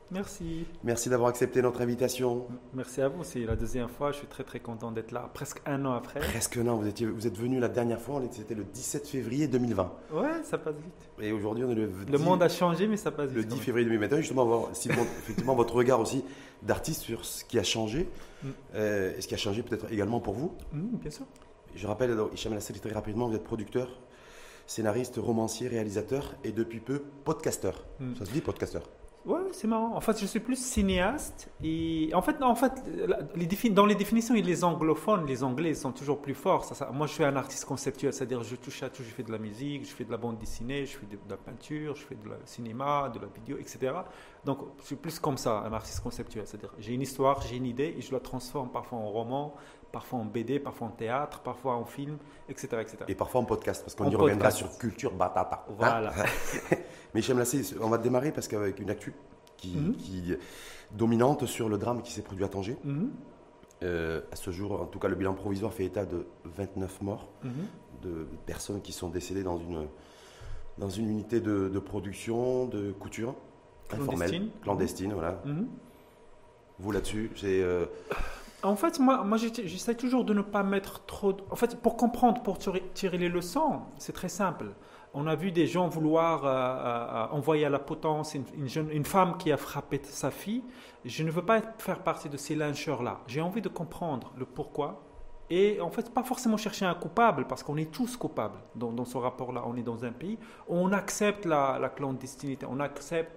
Merci. Merci d'avoir accepté notre invitation. Merci à vous. C'est la deuxième fois. Je suis très très content d'être là. Presque un an après. Presque un an, vous êtes venu la dernière fois, c'était le 17 février 2020. Ouais, ça passe vite. Et aujourd'hui, on est Le monde a changé, mais ça passe vite. Le 10 février 2021. Justement, on va voir effectivement votre regard aussi d'artiste sur ce qui a changé. Et ce qui a changé peut-être également pour vous. Bien sûr. Je rappelle, Hicham El Assed, très rapidement, vous êtes producteur, scénariste, romancier, réalisateur et depuis peu podcasteur. Ça se dit podcasteur? Ouais, c'est marrant. En fait, je suis plus cinéaste. Et en fait, dans les définitions, les anglophones, les anglais sont toujours plus forts. Moi, je suis un artiste conceptuel, c'est-à-dire je touche à tout. Je fais de la musique, je fais de la bande dessinée, je fais de la peinture, je fais de la cinéma, de la vidéo, etc. Donc, je suis plus comme ça, un artiste conceptuel. C'est-à-dire j'ai une histoire, j'ai une idée et je la transforme parfois en roman, parfois en BD, parfois en théâtre, parfois en film, etc. etc. Et parfois en podcast, parce qu'on y reviendra sur Culture Batata. Voilà. Mais Hicham El Assed, on va démarrer parce qu'avec une actu qui dominante sur le drame qui s'est produit à Tanger. À ce jour, en tout cas, le bilan provisoire fait état de 29 morts, de personnes qui sont décédées dans une unité de production, de couture, informelle, clandestine. Voilà. Vous là-dessus, En fait, moi j'essaie toujours de ne pas mettre trop. En fait, pour comprendre, pour tirer les leçons, c'est très simple. On a vu des gens vouloir envoyer à la potence une femme qui a frappé sa fille. Je ne veux pas faire partie de ces lyncheurs-là. J'ai envie de comprendre le pourquoi. Et en fait, pas forcément chercher un coupable, parce qu'on est tous coupables dans ce rapport-là. On est dans un pays où on accepte la clandestinité, on accepte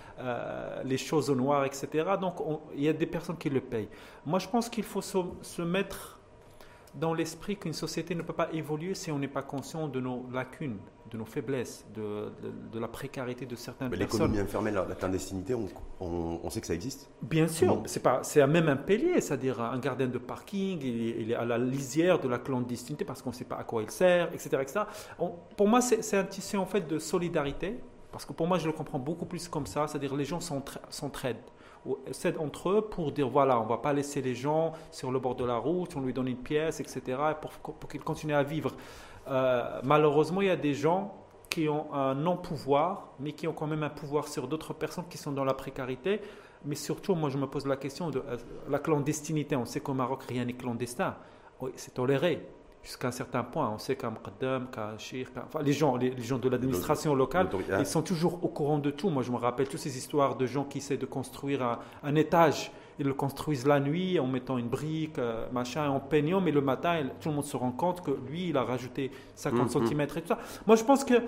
les choses au noir, etc. Donc, il y a des personnes qui le payent. Moi, je pense qu'il faut se mettre dans l'esprit qu'une société ne peut pas évoluer si on n'est pas conscient de nos lacunes, de nos faiblesses, de la précarité de certaines personnes. L'économie informelle, la clandestinité, on sait que ça existe. Bien sûr, c'est même un pilier, c'est-à-dire un gardien de parking, il est à la lisière de la clandestinité parce qu'on ne sait pas à quoi il sert, etc. etc. Pour moi, c'est un tissu en fait de solidarité, parce que pour moi, je le comprends beaucoup plus comme ça, c'est-à-dire les gens s'entraident. S'aident entre eux pour dire voilà, on ne va pas laisser les gens sur le bord de la route, on lui donne une pièce, etc., pour qu'ils continuent à vivre. Malheureusement, il y a des gens qui ont un non-pouvoir, mais qui ont quand même un pouvoir sur d'autres personnes qui sont dans la précarité. Mais surtout, moi, je me pose la question de la clandestinité. On sait qu'au Maroc, rien n'est clandestin. Oui, c'est toléré. Jusqu'à un certain point, on sait qu'un Mqaddam, qu'un Shir, les gens de l'administration locale, ils sont toujours au courant de tout. Moi, je me rappelle toutes ces histoires de gens qui essaient de construire un étage. Ils le construisent la nuit en mettant une brique, machin, en peignant, mais le matin, tout le monde se rend compte que lui, il a rajouté 50 cm et tout ça. Moi, je pense que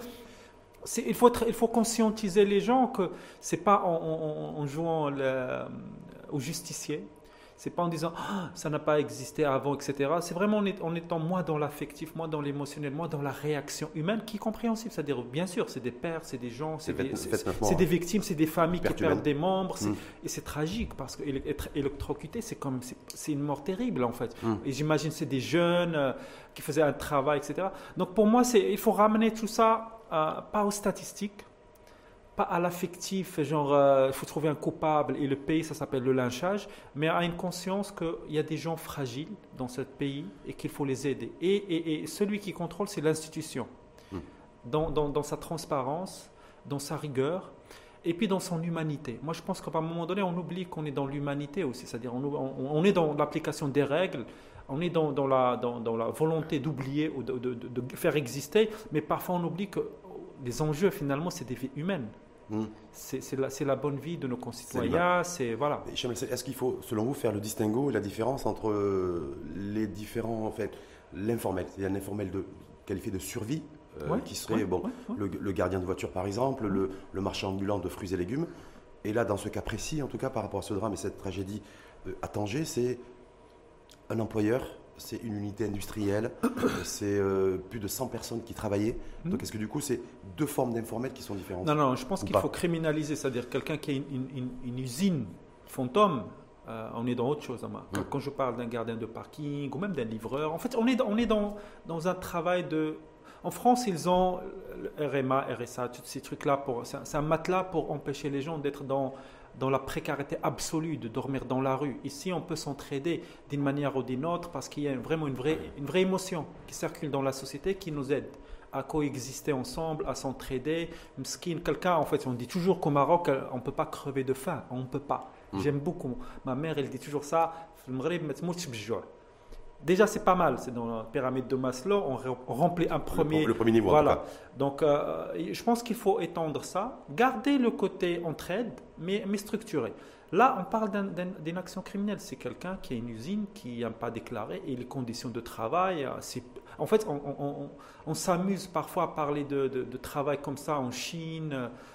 il faut conscientiser les gens que c'est pas en jouant au justicier. C'est pas en disant ça n'a pas existé avant, etc. C'est vraiment en étant moins dans l'affectif, moins dans l'émotionnel, moins dans la réaction humaine qui est compréhensible. C'est-à-dire, bien sûr, c'est des pères, c'est des gens, c'est des victimes, c'est des familles qui perdent des membres. Et c'est tragique parce qu'être électrocuté, c'est une mort terrible en fait. Et j'imagine c'est des jeunes qui faisaient un travail, etc. Donc pour moi, il faut ramener tout ça pas aux statistiques, pas à l'affectif, genre il faut trouver un coupable et le pays, ça s'appelle le lynchage, mais à une conscience qu'il y a des gens fragiles dans ce pays et qu'il faut les aider. Et celui qui contrôle, c'est l'institution, dans sa transparence, dans sa rigueur, et puis dans son humanité. Moi, je pense qu'à un moment donné, on oublie qu'on est dans l'humanité aussi, c'est-à-dire on est dans l'application des règles, on est dans la volonté d'oublier ou de faire exister, mais parfois on oublie que les enjeux, finalement, c'est des vies humaines. C'est la bonne vie de nos concitoyens. Voilà. Est-ce qu'il faut, selon vous, faire le distinguo et la différence entre les différents, en fait, l'informel, c'est-à-dire l'informel qualifié de survie, qui serait le gardien de voiture, par exemple, le marchand ambulant de fruits et légumes. Et là, dans ce cas précis, en tout cas, par rapport à ce drame et cette tragédie à Tanger, c'est un employeur. C'est une unité industrielle, c'est plus de 100 personnes qui travaillaient. Donc est-ce que du coup, c'est deux formes d'informel qui sont différentes? Non, je pense qu'il faut criminaliser, c'est-à-dire quelqu'un qui a une usine fantôme, on est dans autre chose. Quand je parle d'un gardien de parking ou même d'un livreur, en fait, on est dans un travail de... En France, ils ont le RMA, RSA, tous ces trucs-là. C'est un matelas pour empêcher les gens d'être dans la précarité absolue, de dormir dans la rue. Ici, on peut s'entraider d'une manière ou d'une autre parce qu'il y a vraiment une vraie émotion qui circule dans la société qui nous aide à coexister ensemble, à s'entraider. Mskin, quelqu'un, en fait, on dit toujours qu'au Maroc, on ne peut pas crever de faim. On ne peut pas. J'aime beaucoup. Ma mère, elle dit toujours ça. Déjà, c'est pas mal. C'est dans la pyramide de Maslow. On remplit un premier... Le premier niveau, voilà. Donc, je pense qu'il faut étendre ça. Garder le côté entraide, mais structuré. Là, on parle d'une action criminelle. C'est quelqu'un qui a une usine qui n'a pas déclaré et les conditions de travail. En fait, on s'amuse parfois à parler de travail comme ça en Chine,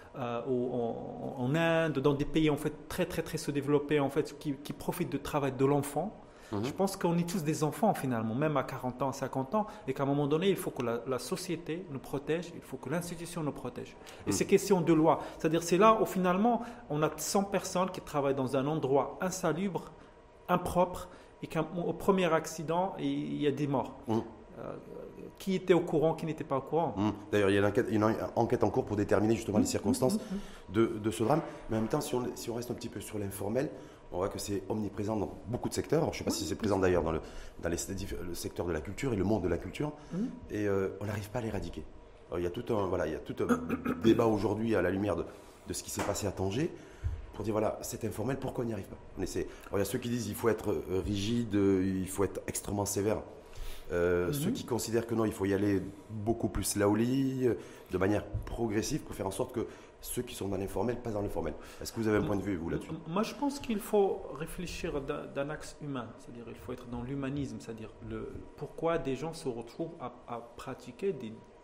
en Inde, dans des pays en fait très très très sous-développés en fait qui profitent du travail de l'enfant. Je pense qu'on est tous des enfants finalement, même à 40 ans, 50 ans, et qu'à un moment donné, il faut que la société nous protège, il faut que l'institution nous protège. Et c'est question de loi. C'est-à-dire c'est là où finalement, on a 100 personnes qui travaillent dans un endroit insalubre, impropre, et qu'au premier accident, il y a des morts. Qui était au courant, qui n'était pas au courant. D'ailleurs, il y a une enquête en cours pour déterminer justement les circonstances de ce drame. Mais en même temps, si on reste un petit peu sur l'informel, on voit que c'est omniprésent dans beaucoup de secteurs. Alors, je ne sais pas si c'est présent d'ailleurs dans le secteur de la culture et le monde de la culture. Et on n'arrive pas à l'éradiquer. Alors, il y a tout un débat aujourd'hui à la lumière de ce qui s'est passé à Tanger pour dire, voilà, c'est informel, pourquoi on n'y arrive pas? Alors, il y a ceux qui disent qu'il faut être rigide, il faut être extrêmement sévère. Ceux qui considèrent que non, il faut y aller beaucoup plus slowly, de manière progressive, pour faire en sorte que ceux qui sont dans l'informel passent dans l'informel. Est-ce que vous avez un point de vue, vous, là-dessus? Moi, je pense qu'il faut réfléchir d'un axe humain, c'est-à-dire il faut être dans l'humanisme, c'est-à-dire pourquoi des gens se retrouvent à pratiquer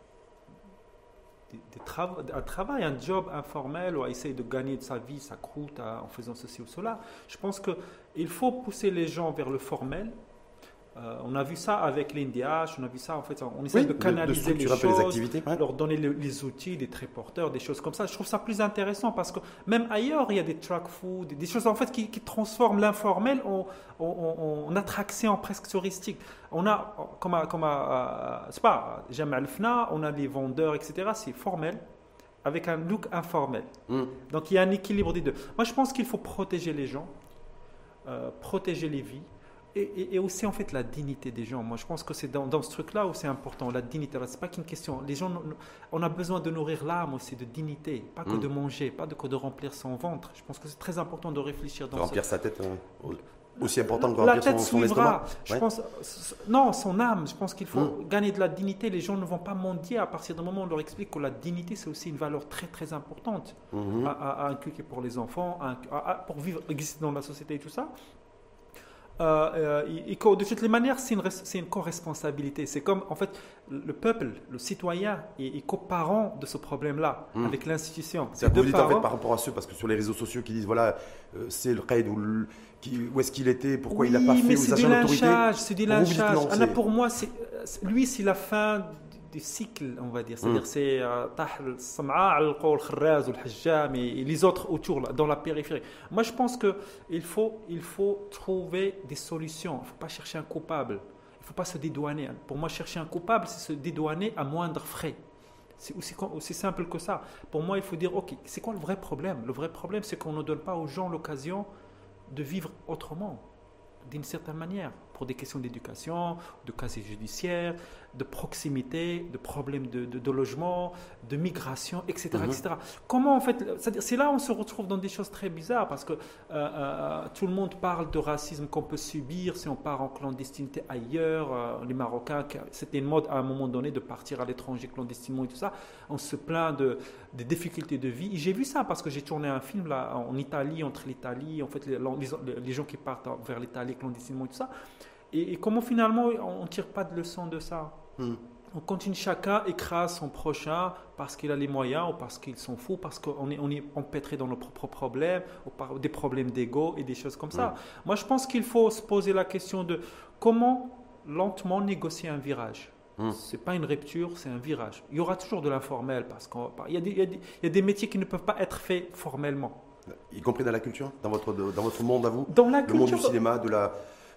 un travail, un job informel ou à essayer de gagner de sa vie, sa croûte en faisant ceci ou cela. Je pense qu'il faut pousser les gens vers le formel. On a vu ça avec l'INDH, on a vu ça en fait, on essaie de canaliser les choses, les activités, leur donner les outils, des triporteurs, des choses comme ça. Je trouve ça plus intéressant parce que même ailleurs, il y a des track food, des choses en fait qui transforment l'informel en attraction presque touristique. On a, c'est pas, j'aime Alfna, on a des vendeurs, etc. C'est formel, avec un look informel. Donc il y a un équilibre des deux. Moi je pense qu'il faut protéger les gens, protéger les vies. Et aussi en fait la dignité des gens. Moi je pense que c'est dans ce truc là où c'est important, la dignité. Alors, c'est pas qu'une question, les gens, on a besoin de nourrir l'âme aussi, de dignité, pas que de manger, pas que de remplir son ventre. Je pense que c'est très important de réfléchir dans remplir sa tête, aussi important que la remplir tête son estomac. Je pense, non, son âme. Je pense qu'il faut gagner de la dignité. Les gens ne vont pas mendier à partir du moment où on leur explique que la dignité c'est aussi une valeur très très importante à inculquer pour les enfants, pour vivre, exister dans la société et tout ça. De toutes les manières, c'est une co-responsabilité. C'est comme, en fait, le peuple, le citoyen est coparent de ce problème-là avec l'institution. C'est vous dites en fait par rapport à ceux, parce que sur les réseaux sociaux qui disent, voilà, c'est le raid où est-ce qu'il était, pourquoi il n'a pas fait aux agents d'autorité. C'est du lynchage. Pour moi, lui, c'est la fin du cycle, on va dire. C'est-à-dire, c'est et les autres autour, dans la périphérie. Moi, je pense qu'il faut trouver des solutions. Il ne faut pas chercher un coupable. Il ne faut pas se dédouaner. Pour moi, chercher un coupable, c'est se dédouaner à moindre frais. C'est aussi simple que ça. Pour moi, il faut dire, OK, c'est quoi le vrai problème? Le vrai problème, c'est qu'on ne donne pas aux gens l'occasion de vivre autrement, d'une certaine manière, pour des questions d'éducation, de casier judiciaire, de proximité, de problèmes de logement, de migration, etc. etc. Comment en fait, c'est là où on se retrouve dans des choses très bizarres parce que tout le monde parle de racisme qu'on peut subir si on part en clandestinité ailleurs. Les Marocains, c'était une mode à un moment donné de partir à l'étranger clandestinement et tout ça. On se plaint des difficultés de vie. Et j'ai vu ça parce que j'ai tourné un film là en Italie, entre l'Italie, en fait les gens qui partent vers l'Italie clandestinement et tout ça. Et comment finalement on ne tire pas de leçon de ça? On continue, chacun écrase son prochain parce qu'il a les moyens ou parce qu'il s'en fout, parce qu'on est empêtré dans nos propres problèmes, ou par des problèmes d'ego et des choses comme ça. Moi, je pense qu'il faut se poser la question de comment lentement négocier un virage. Ce n'est pas une rupture, c'est un virage. Il y aura toujours de l'informel parce qu'il y a des métiers qui ne peuvent pas être faits formellement. Y compris dans la culture, dans votre monde à vous? Dans la culture, le monde du cinéma,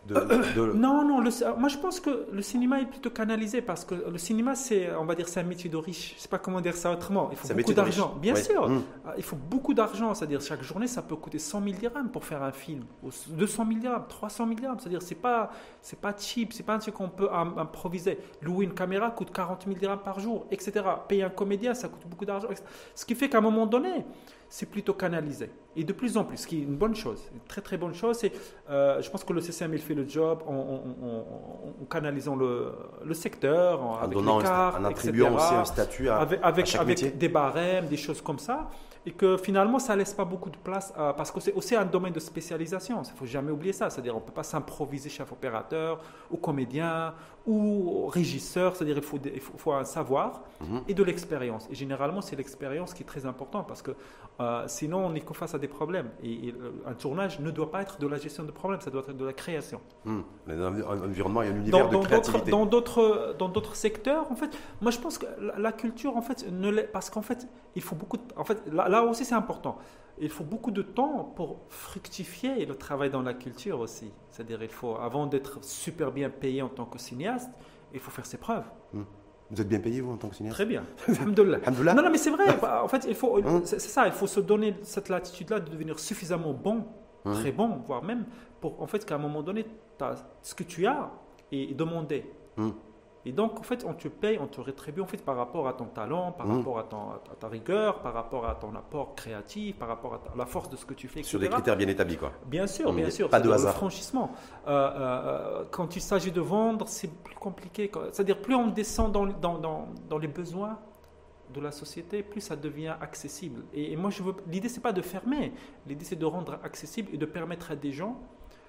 Non, moi je pense que le cinéma est plutôt canalisé parce que le cinéma, on va dire, c'est un métier de riche. Je ne sais pas comment dire ça autrement. Il faut beaucoup d'argent. Bien sûr, il faut beaucoup d'argent. C'est-à-dire, chaque journée, ça peut coûter 100 000 dirhams pour faire un film. 200 000 dirhams, 300 000 dirhams. C'est-à-dire, c'est pas cheap, c'est pas un truc qu'on peut improviser. Louer une caméra coûte 40 000 dirhams par jour, etc. Payer un comédien, ça coûte beaucoup d'argent. Ce qui fait qu'à un moment donné, c'est plutôt canalisé. Et de plus en plus, ce qui est une bonne chose, une très très bonne chose, c'est, je pense que le CCM il fait le job en canalisant le secteur, avec les cartes, en attribuant aussi un statut à chaque métier. Avec des barèmes, des choses comme ça, et que finalement ça laisse pas beaucoup de place, parce que c'est aussi un domaine de spécialisation, il ne faut jamais oublier ça, c'est-à-dire on ne peut pas s'improviser chef opérateur, ou comédien, ou régisseur, c'est-à-dire il faut un savoir et de l'expérience. Et généralement c'est l'expérience qui est très importante, parce que sinon on est que face à des problèmes. Et un tournage ne doit pas être de la gestion de problèmes, ça doit être de la création. Mais dans un environnement, il y a un univers de créativité. Dans d'autres secteurs, en fait, moi je pense que la culture, en fait, parce qu'en fait, il faut beaucoup là aussi c'est important. Il faut beaucoup de temps pour fructifier le travail dans la culture aussi. C'est-à-dire, avant d'être super bien payé en tant que cinéaste, il faut faire ses preuves. Vous êtes bien payé, vous, en tant que cinéaste? Très bien. Alhamdoulilah. Non, mais c'est vrai. En fait, c'est ça. Il faut se donner cette latitude-là de devenir suffisamment bon, très bon, voire même, pour en fait, qu'à un moment donné, ce que tu as est demandé. Et donc, en fait, on te paye, on te rétribue en fait, par rapport à ton talent, par rapport à ta rigueur, par rapport à ton apport créatif, par rapport à la force de ce que tu fais, etc. Sur des critères bien établis, quoi. Bien sûr, bien sûr. Pas de hasard. Le franchissement. Quand il s'agit de vendre, c'est plus compliqué. C'est-à-dire, plus on descend dans les besoins de la société, plus ça devient accessible. Et moi, l'idée, c'est pas de fermer. L'idée, c'est de rendre accessible et de permettre à des gens.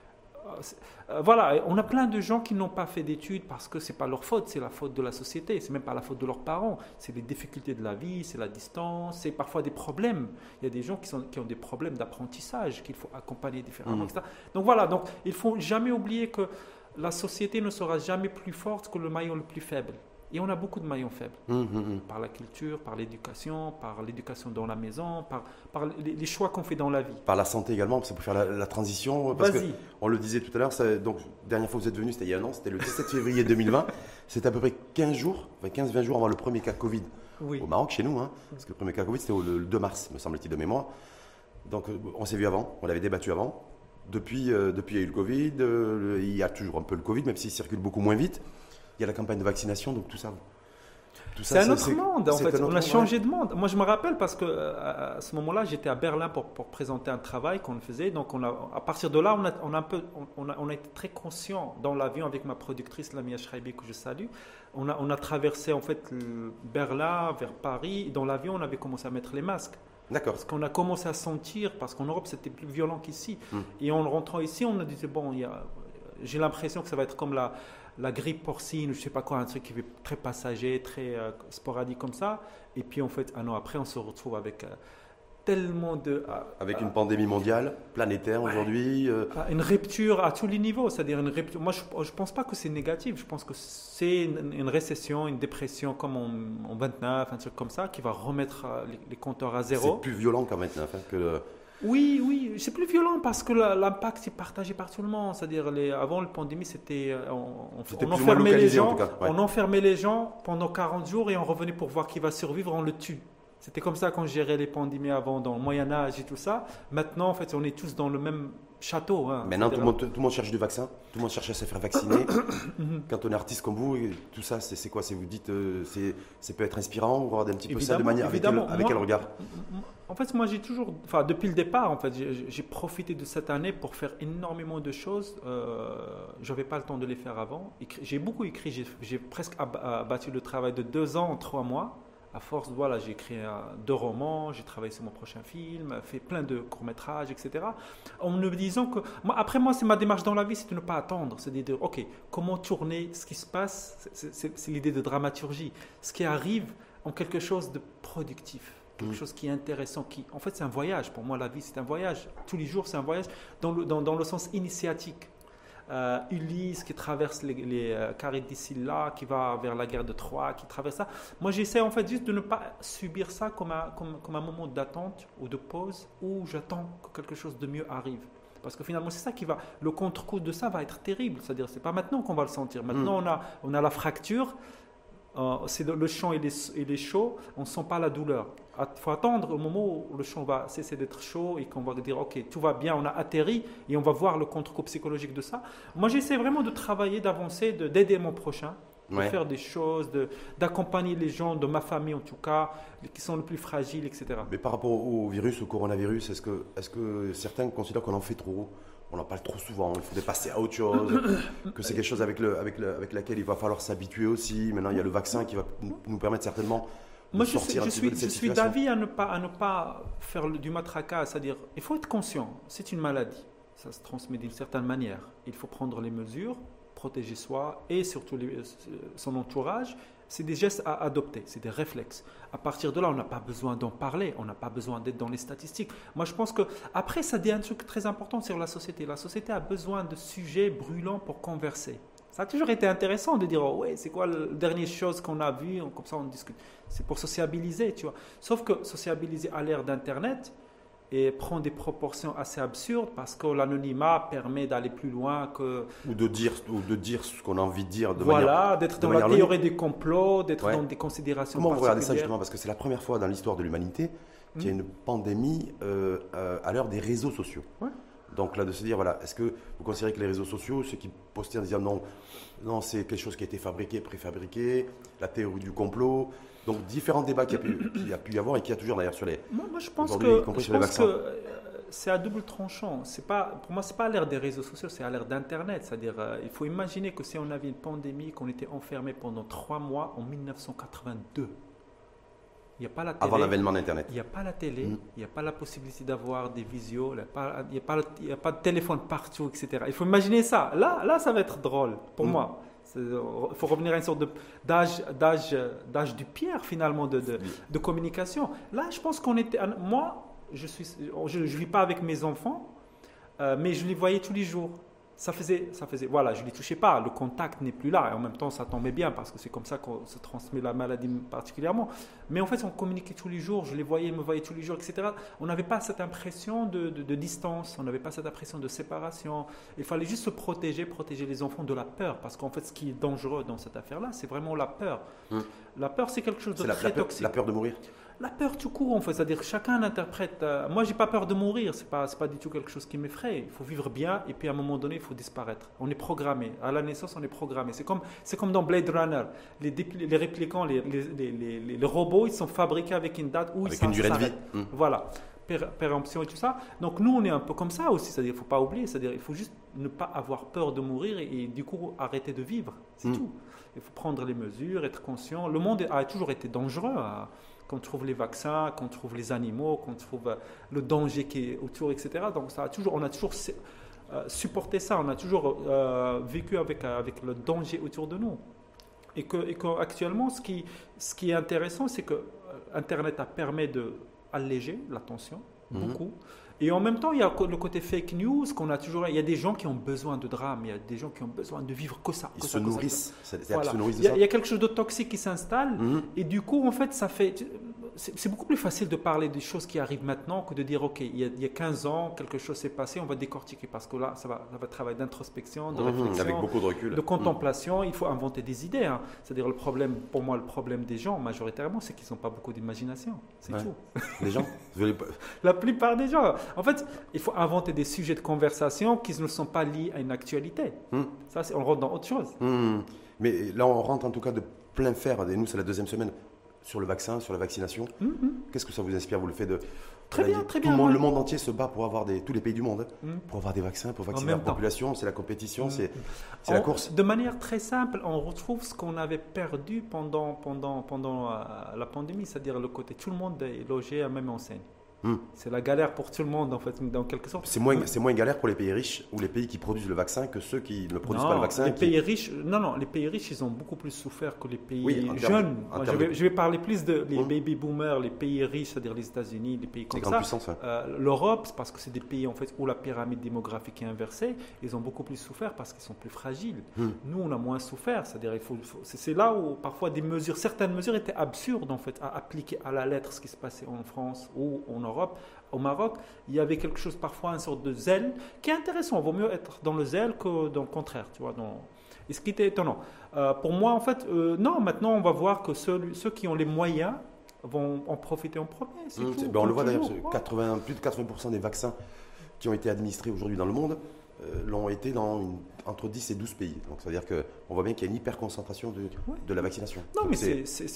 Voilà, on a plein de gens qui n'ont pas fait d'études parce que c'est pas leur faute, c'est la faute de la société, c'est même pas la faute de leurs parents, c'est les difficultés de la vie, c'est la distance, c'est parfois des problèmes. Il y a des gens qui ont des problèmes d'apprentissage qu'il faut accompagner différemment, etc. Donc voilà, donc il faut jamais oublier que la société ne sera jamais plus forte que le maillon le plus faible. Et on a beaucoup de maillons faibles, par la culture, par l'éducation dans la maison, par les choix qu'on fait dans la vie. Par la santé également, parce que pour faire la transition, parce qu'on le disait tout à l'heure, donc dernière fois que vous êtes venu, c'était il y a un an, c'était le 17 février 2020, c'était à peu près 15-20 jours avant le premier cas Covid au Maroc, chez nous, parce que le premier cas Covid c'était le 2 mars, me semble-t-il de mémoire. Donc on s'est vu avant, on l'avait débattu avant. Depuis, il y a eu le Covid, il y a toujours un peu le Covid, même s'il circule beaucoup moins vite. Il y a la campagne de vaccination, donc tout ça. C'est un autre monde, en fait. On a changé de monde. Moi, je me rappelle parce que à ce moment-là, j'étais à Berlin pour présenter un travail qu'on faisait. Donc, à partir de là, on a été très conscient dans l'avion avec ma productrice, Lamia Schreibi, que je salue. On a traversé en fait Berlin vers Paris. Dans l'avion, on avait commencé à mettre les masques. D'accord. Parce qu'on a commencé à sentir, parce qu'en Europe, c'était plus violent qu'ici. Et en rentrant ici, on a dit bon, j'ai l'impression que ça va être comme la grippe porcine, je ne sais pas quoi, un truc qui est très passager, très sporadique comme ça. Et puis en fait, un an après, on se retrouve avec tellement de... avec une pandémie mondiale, planétaire aujourd'hui. Une rupture à tous les niveaux, c'est-à-dire une rupture. Moi, je ne pense pas que c'est négatif, je pense que c'est une récession, une dépression comme en 29, un truc comme ça, qui va remettre les compteurs à zéro. C'est plus violent qu'en 29 que Oui, c'est plus violent parce que l'impact est partagé par tout le monde. C'est-à-dire, avant la pandémie, c'était on enfermait les gens, on enfermait les gens pendant 40 jours et on revenait pour voir qui va survivre, on le tue. C'était comme ça qu'on gérait les pandémies avant, dans le Moyen-Âge et tout ça. Maintenant, en fait, on est tous dans le même château. Maintenant, tout le monde cherche du vaccin, tout le monde cherche à se faire vacciner. Quand on est artiste comme vous, tout ça, c'est quoi? Vous dites, ça peut être inspirant, voir un petit peu ça de manière, avec quel regard? En fait, moi, depuis le départ, en fait, j'ai profité de cette année pour faire énormément de choses. Je n'avais pas le temps de les faire avant. J'ai beaucoup écrit, j'ai presque abattu le travail de 2 ans en 3 mois. À force, voilà, j'ai écrit 2 romans, j'ai travaillé sur mon prochain film, fait plein de courts-métrages, etc. En me disant que... Après, moi, c'est ma démarche dans la vie, c'est de ne pas attendre. C'est de dire, OK, comment tourner ce qui se passe? C'est l'idée de dramaturgie. Ce qui arrive en quelque chose de productif. Quelque chose qui est intéressant. En fait, c'est un voyage. Pour moi, la vie, c'est un voyage. Tous les jours, c'est un voyage dans le sens initiatique. Ulysse qui traverse les Charybdis, qui va vers la guerre de Troie, qui traverse ça. Moi, j'essaie en fait juste de ne pas subir ça comme un moment d'attente ou de pause où j'attends que quelque chose de mieux arrive. Parce que finalement, c'est ça qui va, le contre-coup de ça va être terrible. C'est-à-dire, c'est pas maintenant qu'on va le sentir. Maintenant, on a la fracture. C'est le champ il est chaud, on ne sent pas la douleur. Il faut attendre au moment où le champ va cesser d'être chaud et qu'on va dire ok, tout va bien, on a atterri et on va voir le contre-coup psychologique de ça. Moi, j'essaie vraiment de travailler, d'avancer, d'aider mon prochain, de faire des choses, d'accompagner les gens de ma famille en tout cas, qui sont les plus fragiles, etc. Mais par rapport au virus, au coronavirus, est-ce que certains considèrent qu'on en fait trop ? On en parle trop souvent, il faudrait passer à autre chose, que c'est quelque chose avec laquelle il va falloir s'habituer aussi. Maintenant, il y a le vaccin qui va nous permettre certainement de sortir un petit peu de cette situation. Je suis d'avis à ne pas faire du matraquage, c'est-à-dire il faut être conscient, c'est une maladie, ça se transmet d'une certaine manière. Il faut prendre les mesures, protéger soi et surtout son entourage. C'est des gestes à adopter, c'est des réflexes. À partir de là, on n'a pas besoin d'en parler, on n'a pas besoin d'être dans les statistiques. Moi, je pense que après, ça dit un truc très important sur la société. La société a besoin de sujets brûlants pour converser. Ça a toujours été intéressant de dire oh, ouais, c'est quoi la dernière chose qu'on a vue, comme ça on discute. C'est pour sociabiliser, tu vois. Sauf que sociabiliser à l'ère d'Internet et prend des proportions assez absurdes parce que l'anonymat permet d'aller plus loin que... Ou de dire ce qu'on a envie de dire d'être dans la théorie des complots, d'être dans des considérations particulières. Comment vous regardez ça justement ? Parce que c'est la première fois dans l'histoire de l'humanité qu'il y a une pandémie à l'heure des réseaux sociaux. Ouais. Donc là, de se dire, voilà, est-ce que vous considérez que les réseaux sociaux, ceux qui postaient en disant non, c'est quelque chose qui a été fabriqué, préfabriqué, la théorie du complot, donc différents débats qu'il y a pu y avoir et qu'il y a toujours d'ailleurs sur les... Moi, je pense que c'est à double tranchant. Pour moi, ce n'est pas à l'ère des réseaux sociaux, c'est à l'ère d'Internet. C'est-à-dire, il faut imaginer que si on avait une pandémie, qu'on était enfermé pendant 3 mois en 1982, il n'y a pas la télé. Avant l'avènement d'Internet. Il n'y a pas la télé, il n'y a pas la possibilité d'avoir des visios, il n'y a pas de téléphone partout, etc. Il faut imaginer ça. Là, ça va être drôle pour moi. Il faut revenir à une sorte d'âge du pierre, finalement, de communication. Là, je pense qu'on était... Moi, je ne vis pas avec mes enfants, mais je les voyais tous les jours. Ça faisait, voilà, je ne les touchais pas, le contact n'est plus là, et en même temps ça tombait bien parce que c'est comme ça qu'on se transmet la maladie particulièrement. Mais en fait, on communiquait tous les jours, je les voyais, ils me voyaient tous les jours, etc. On n'avait pas cette impression de distance, on n'avait pas cette impression de séparation. Il fallait juste se protéger les enfants de la peur, parce qu'en fait, ce qui est dangereux dans cette affaire-là, c'est vraiment la peur. La peur, c'est quelque chose de très toxique. La peur de mourir. La peur tout court, en fait, c'est-à-dire chacun l'interprète. Moi, j'ai pas peur de mourir, c'est pas du tout quelque chose qui m'effraie. Il faut vivre bien et puis à un moment donné, il faut disparaître. On est programmé. À la naissance, on est programmé. C'est comme dans Blade Runner. Les réplicants, les robots, ils sont fabriqués avec une date où avec une durée de vie. Voilà, péremption et tout ça. Donc nous, on est un peu comme ça aussi. C'est-à-dire, il faut pas oublier. C'est-à-dire, il faut juste ne pas avoir peur de mourir et du coup arrêter de vivre. C'est tout. Il faut prendre les mesures, être conscient. Le monde a toujours été dangereux. Quand on trouve les vaccins, quand on trouve les animaux, quand on trouve le danger qui est autour, etc. Donc on a toujours supporté ça, on a toujours vécu avec le danger autour de nous. Et qu'actuellement, ce qui est intéressant, c'est que Internet a permis d'alléger la tension, beaucoup. Et en même temps, il y a le côté fake news il y a des gens qui ont besoin de drame, il y a des gens qui ont besoin de vivre que ça. Ils se nourrissent. Voilà. Il y a quelque chose de toxique qui s'installe et du coup, en fait, c'est beaucoup plus facile de parler des choses qui arrivent maintenant que de dire, OK, il y a 15 ans, quelque chose s'est passé, on va décortiquer parce que là, ça va travailler d'introspection, de réflexion, avec beaucoup de recul, de contemplation. Il faut inventer des idées. C'est-à-dire, pour moi, le problème des gens, majoritairement, c'est qu'ils n'ont pas beaucoup d'imagination. C'est tout. Les gens La plupart des gens. En fait, il faut inventer des sujets de conversation qui ne sont pas liés à une actualité. Ça, on rentre dans autre chose. Mais là, on rentre en tout cas de plein fer. Et nous, c'est la 2e semaine sur le vaccin, sur la vaccination. Qu'est-ce que ça vous inspire, vous, le fait de... Très bien. Le monde entier se bat pour avoir tous les pays du monde, pour avoir des vaccins, pour vacciner la population. C'est la compétition, c'est la course. De manière très simple, on retrouve ce qu'on avait perdu pendant la pandémie, c'est-à-dire le côté tout le monde est logé à la même enseigne. C'est la galère pour tout le monde, en fait, dans quelque sorte. C'est moins galère pour les pays riches ou les pays qui produisent le vaccin que ceux qui ne produisent pas le vaccin. Les pays riches, ils ont beaucoup plus souffert que les pays jeunes. Je vais parler plus les baby boomers, les pays riches, c'est-à-dire les États-Unis, les pays comme ça. Puissance, L'Europe, parce que c'est des pays en fait où la pyramide démographique est inversée, ils ont beaucoup plus souffert parce qu'ils sont plus fragiles. Nous, on a moins souffert, c'est-à-dire c'est là où parfois certaines mesures étaient absurdes en fait à appliquer à la lettre ce qui se passait en France ou en Europe. Europe, au Maroc, il y avait quelque chose parfois, une sorte de zèle, qui est intéressant. Il vaut mieux être dans le zèle que dans le contraire, tu vois. Et ce qui était étonnant. Pour moi, en fait, non, maintenant, on va voir que ceux qui ont les moyens vont en profiter en premier. C'est tout, on le voit d'ailleurs, plus de 80% des vaccins qui ont été administrés aujourd'hui dans le monde l'ont été entre 10 et 12 pays. Donc, ça veut dire qu'on voit bien qu'il y a une hyper-concentration de la vaccination. Non, mais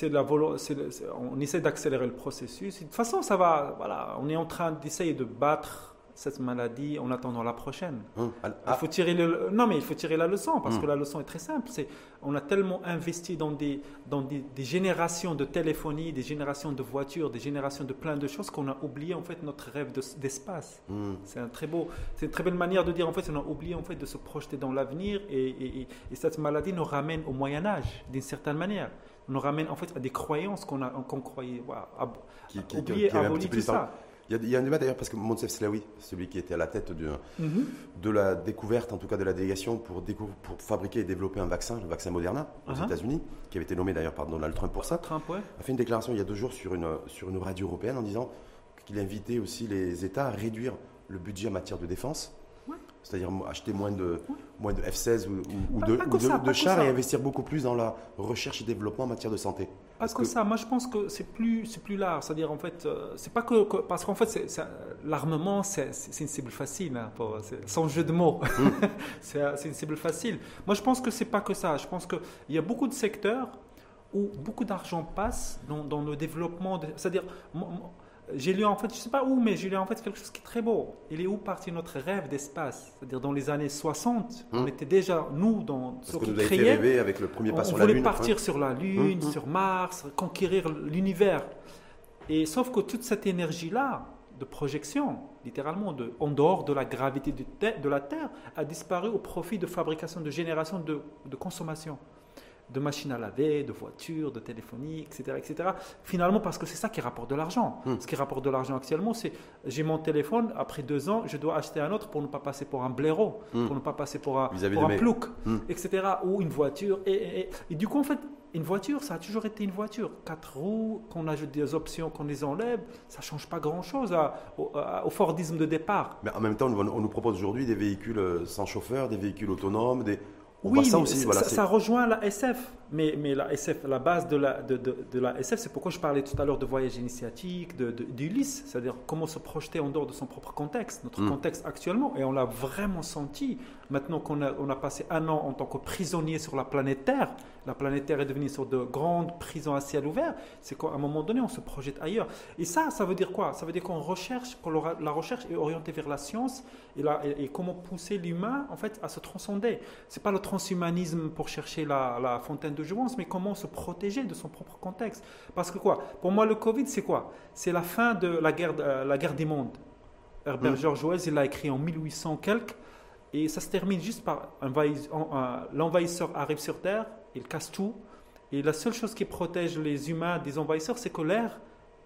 on essaie d'accélérer le processus. De toute façon, ça va. Voilà, on est en train d'essayer de battre cette maladie en attendant la prochaine. Il faut tirer la leçon, parce que la leçon est très simple. On a tellement investi dans des générations de téléphonie, des générations de voitures, des générations de plein de choses qu'on a oublié en fait notre rêve d'espace. C'est une très belle manière de dire en fait on a oublié en fait de se projeter dans l'avenir et cette maladie nous ramène au Moyen Âge d'une certaine manière. Nous ramène en fait à des croyances qu'on croyait abolies tout ça. Il y a un débat d'ailleurs parce que Moncef Slaoui, celui qui était à la tête de la découverte, en tout cas de la délégation pour fabriquer et développer un vaccin, le vaccin Moderna aux États-Unis, qui avait été nommé d'ailleurs par Donald Trump pour ça, a fait une déclaration il y a 2 jours sur une radio européenne en disant qu'il invitait aussi les États à réduire le budget en matière de défense. C'est-à-dire acheter moins de F-16 ou de chars et investir beaucoup plus dans la recherche et développement en matière de santé. Ça, moi je pense que c'est plus large. C'est-à-dire en fait, c'est pas que parce qu'en fait l'armement c'est une cible facile, hein, sans jeu de mots. C'est une cible facile. Moi je pense que c'est pas que ça. Je pense qu'il y a beaucoup de secteurs où beaucoup d'argent passe dans le développement. C'est-à-dire j'ai lu en fait, je ne sais pas où, mais j'ai lu en fait quelque chose qui est très beau. Il est où parti notre rêve d'espace? C'est-à-dire dans les années 60, on était déjà, nous, dans ce qui créait. Fait rêver avec le premier pas sur la Lune. On voulait partir sur la Lune, sur Mars, conquérir l'univers. Et sauf que toute cette énergie-là, de projection, littéralement, en dehors de la gravité de la Terre, a disparu au profit de fabrication de générations de consommation. De machines à laver, de voitures, de téléphonie, etc. Finalement, parce que c'est ça qui rapporte de l'argent. Ce qui rapporte de l'argent actuellement, c'est j'ai mon téléphone, après 2 ans, je dois acheter un autre pour ne pas passer pour un blaireau, pour ne pas passer pour un plouc, etc. Ou une voiture. Et du coup, en fait, une voiture, ça a toujours été une voiture. 4 roues, qu'on ajoute des options, qu'on les enlève, ça ne change pas grand-chose au Fordisme de départ. Mais en même temps, on nous propose aujourd'hui des véhicules sans chauffeur, des véhicules autonomes, ça rejoint la SF. Mais la SF, la base de la SF, c'est pourquoi je parlais tout à l'heure de voyage initiatique, d'Ulysse, c'est-à-dire comment se projeter en dehors de son propre contexte, notre contexte actuellement. Et on l'a vraiment senti maintenant qu'on a passé 1 an en tant que prisonnier sur la planète Terre. La planète Terre est devenue une sorte de grande prison à ciel ouvert. C'est qu'à un moment donné, on se projette ailleurs. Et ça veut dire quoi? Ça veut dire qu'on recherche, la recherche est orientée vers la science et comment pousser l'humain en fait à se transcender. C'est pas le transhumanisme pour chercher la fontaine de jouvence, mais comment se protéger de son propre contexte. Parce que quoi? Pour moi, le Covid, c'est quoi? C'est la fin de la guerre des mondes. Herbert George Wells, il l'a écrit en 1800 quelque, et ça se termine juste par l'envahisseur arrive sur Terre, il casse tout, et la seule chose qui protège les humains des envahisseurs, c'est que l'air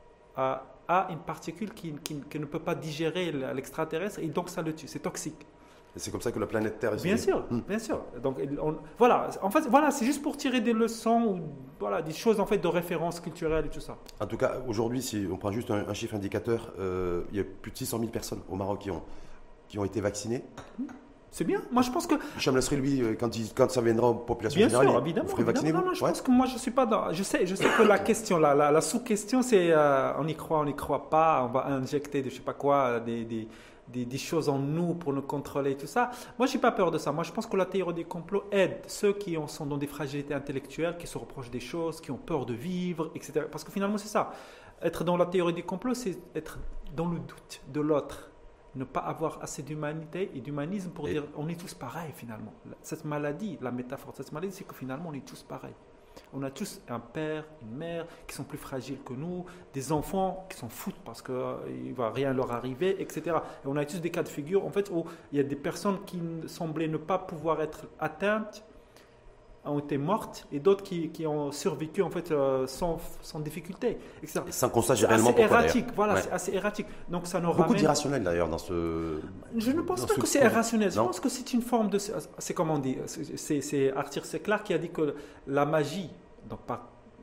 a une particule qui ne peut pas digérer l'extraterrestre, et donc ça le tue, c'est toxique. Et c'est comme ça que la planète Terre est bien sûr. Donc, voilà. En fait, c'est juste pour tirer des leçons ou des choses en fait de référence culturelle et tout ça. En tout cas, aujourd'hui, si on prend juste un chiffre indicateur, il y a plus de 600 000 personnes au Maroc qui ont été vaccinées. C'est bien. Moi, je pense que. Hicham Lasri, lui, quand ça viendra aux populations générales, évidemment, vous ferez vacciner. Non, je pense que moi, je suis pas dans. Je sais que la question, la sous-question, c'est on y croit pas, on va injecter je sais pas quoi, des choses en nous pour nous contrôler, tout ça. Moi, je n'ai pas peur de ça. Moi, je pense que la théorie des complots aide ceux qui sont dans des fragilités intellectuelles, qui se reprochent des choses, qui ont peur de vivre, etc. Parce que finalement, c'est ça. Être dans la théorie des complots, c'est être dans le doute de l'autre. Ne pas avoir assez d'humanité et d'humanisme pour dire on est tous pareils finalement. Cette maladie, la métaphore de cette maladie, c'est que finalement, on est tous pareils. On a tous un père, une mère qui sont plus fragiles que nous, des enfants qui s'en foutent parce qu'il ne va rien leur arriver, etc. Et on a tous des cas de figure en fait, où il y a des personnes qui semblaient ne pas pouvoir être atteintes, ont été mortes, et d'autres qui ont survécu en fait, sans difficulté, etc. Sans qu'on sache réellement pourquoi. Erratique, c'est assez erratique. Donc, ça nous beaucoup ramène... d'irrationnel d'ailleurs dans ce... Je ne pense pas que c'est irrationnel. Je pense que c'est une forme de... C'est comme on dit, c'est Arthur C. Clarke qui a dit que la magie, donc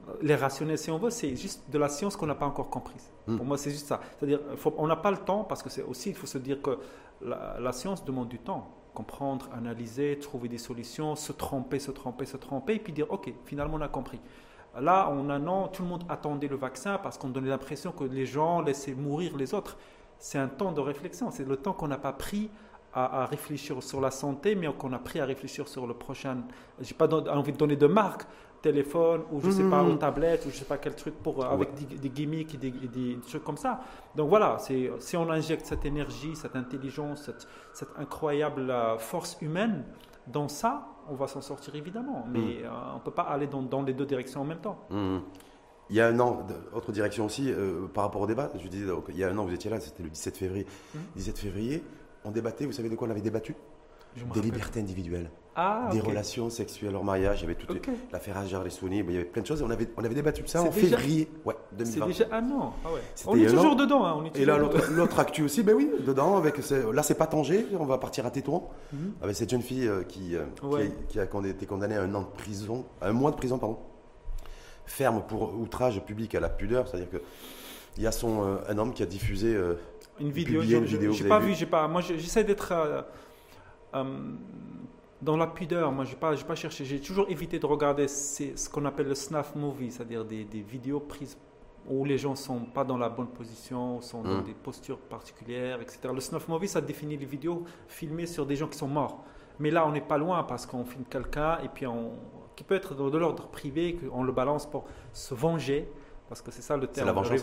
les rationnels, si on veut, c'est juste de la science qu'on n'a pas encore comprise. Pour moi, c'est juste ça. C'est-à-dire, on n'a pas le temps, parce que c'est aussi, il faut se dire que la science demande du temps. Comprendre, analyser, trouver des solutions, se tromper, et puis dire, OK, finalement, on a compris. Là, on a non, tout le monde attendait le vaccin parce qu'on donnait l'impression que les gens laissaient mourir les autres. C'est un temps de réflexion, c'est le temps qu'on n'a pas pris à réfléchir sur la santé, mais qu'on a pris à réfléchir sur le prochain. Je n'ai pas envie de donner de marque, téléphone ou je ne sais pas, ou tablette ou je ne sais pas quel truc avec des gimmicks et des trucs comme ça. Donc voilà, si on injecte cette énergie, cette intelligence, cette incroyable force humaine dans ça, on va s'en sortir évidemment. Mais on ne peut pas aller dans les deux directions en même temps. Il y a un an, autre direction aussi, par rapport au débat, je disais, il y a un an, vous étiez là, c'était le 17 février. 17 février, on débattait, vous savez de quoi on avait débattu? Des libertés individuelles, des relations sexuelles hors mariage, il y avait toute l'affaire Hajar et Souni, il y avait plein de choses, et on avait débattu de ça en février 2020. C'est déjà un an. On est toujours dedans. Hein, et là, l'autre actu aussi, ben oui, dedans, là c'est pas Tanger, on va partir à Tétouan, avec cette jeune fille qui a été condamnée à un mois de prison, pardon. Ferme pour outrage public à la pudeur, c'est-à-dire qu'il y a un homme qui a diffusé une vidéo. J'ai pas vu. Moi, j'essaie d'être dans la pudeur. Moi, j'ai pas cherché. J'ai toujours évité de regarder ce qu'on appelle le snuff movie, c'est-à-dire des vidéos prises où les gens sont pas dans la bonne position, sont dans des postures particulières, etc. Le snuff movie, ça définit les vidéos filmées sur des gens qui sont morts. Mais là, on n'est pas loin parce qu'on filme quelqu'un et puis qui peut être de l'ordre privé, qu'on le balance pour se venger, parce que c'est ça le terme. C'est la vengeance.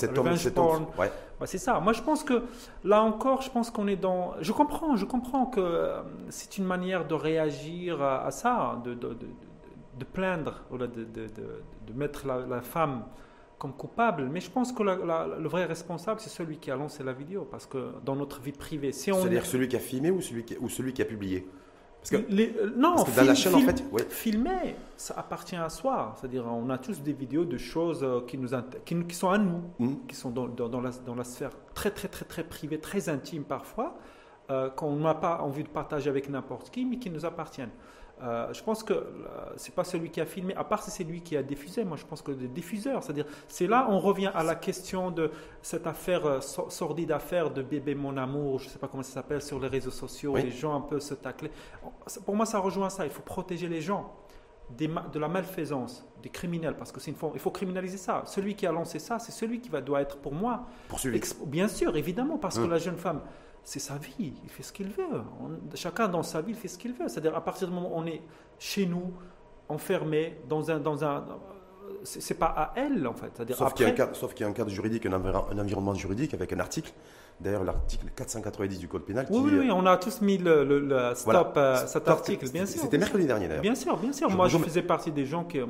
C'est ça. Moi, je pense que là encore, je pense qu'on est dans. Je comprends que c'est une manière de réagir à ça, de plaindre, ou de mettre la femme comme coupable. Mais je pense que le vrai responsable, c'est celui qui a lancé la vidéo, parce que dans notre vie privée, c'est-à-dire celui qui a filmé ou celui qui a publié? Parce que dans la chaîne, en fait, filmer, ça appartient à soi. C'est-à-dire, on a tous des vidéos de choses qui sont à nous, qui sont dans la sphère très, très, très, très privée, très intime parfois, qu'on n'a pas envie de partager avec n'importe qui, mais qui nous appartiennent. Je pense que c'est pas celui qui a filmé, à part si c'est lui qui a diffusé. Moi, je pense que des diffuseurs, c'est-à-dire, c'est là on revient à la question de cette affaire sordide affaire de bébé mon amour, je sais pas comment ça s'appelle sur les réseaux sociaux, les gens un peu se tacler. Pour moi, ça rejoint ça. Il faut protéger les gens de la malfaisance, des criminels, parce que il faut criminaliser ça. Celui qui a lancé ça, c'est celui qui doit être pour moi poursuivi. Bien sûr, évidemment, parce que la jeune femme, c'est sa vie, il fait ce qu'il veut. Chacun dans sa vie, il fait ce qu'il veut. C'est-à-dire, à partir du moment où on est chez nous, enfermé, dans un c'est pas à elle, en fait. Sauf qu'il y a un cadre juridique, un environnement juridique avec un article. D'ailleurs, l'article 490 du Code pénal. Oui, on a tous mis le stop cet article, bien sûr. C'était mercredi dernier, d'ailleurs. Bien sûr. Moi, je faisais partie des gens qui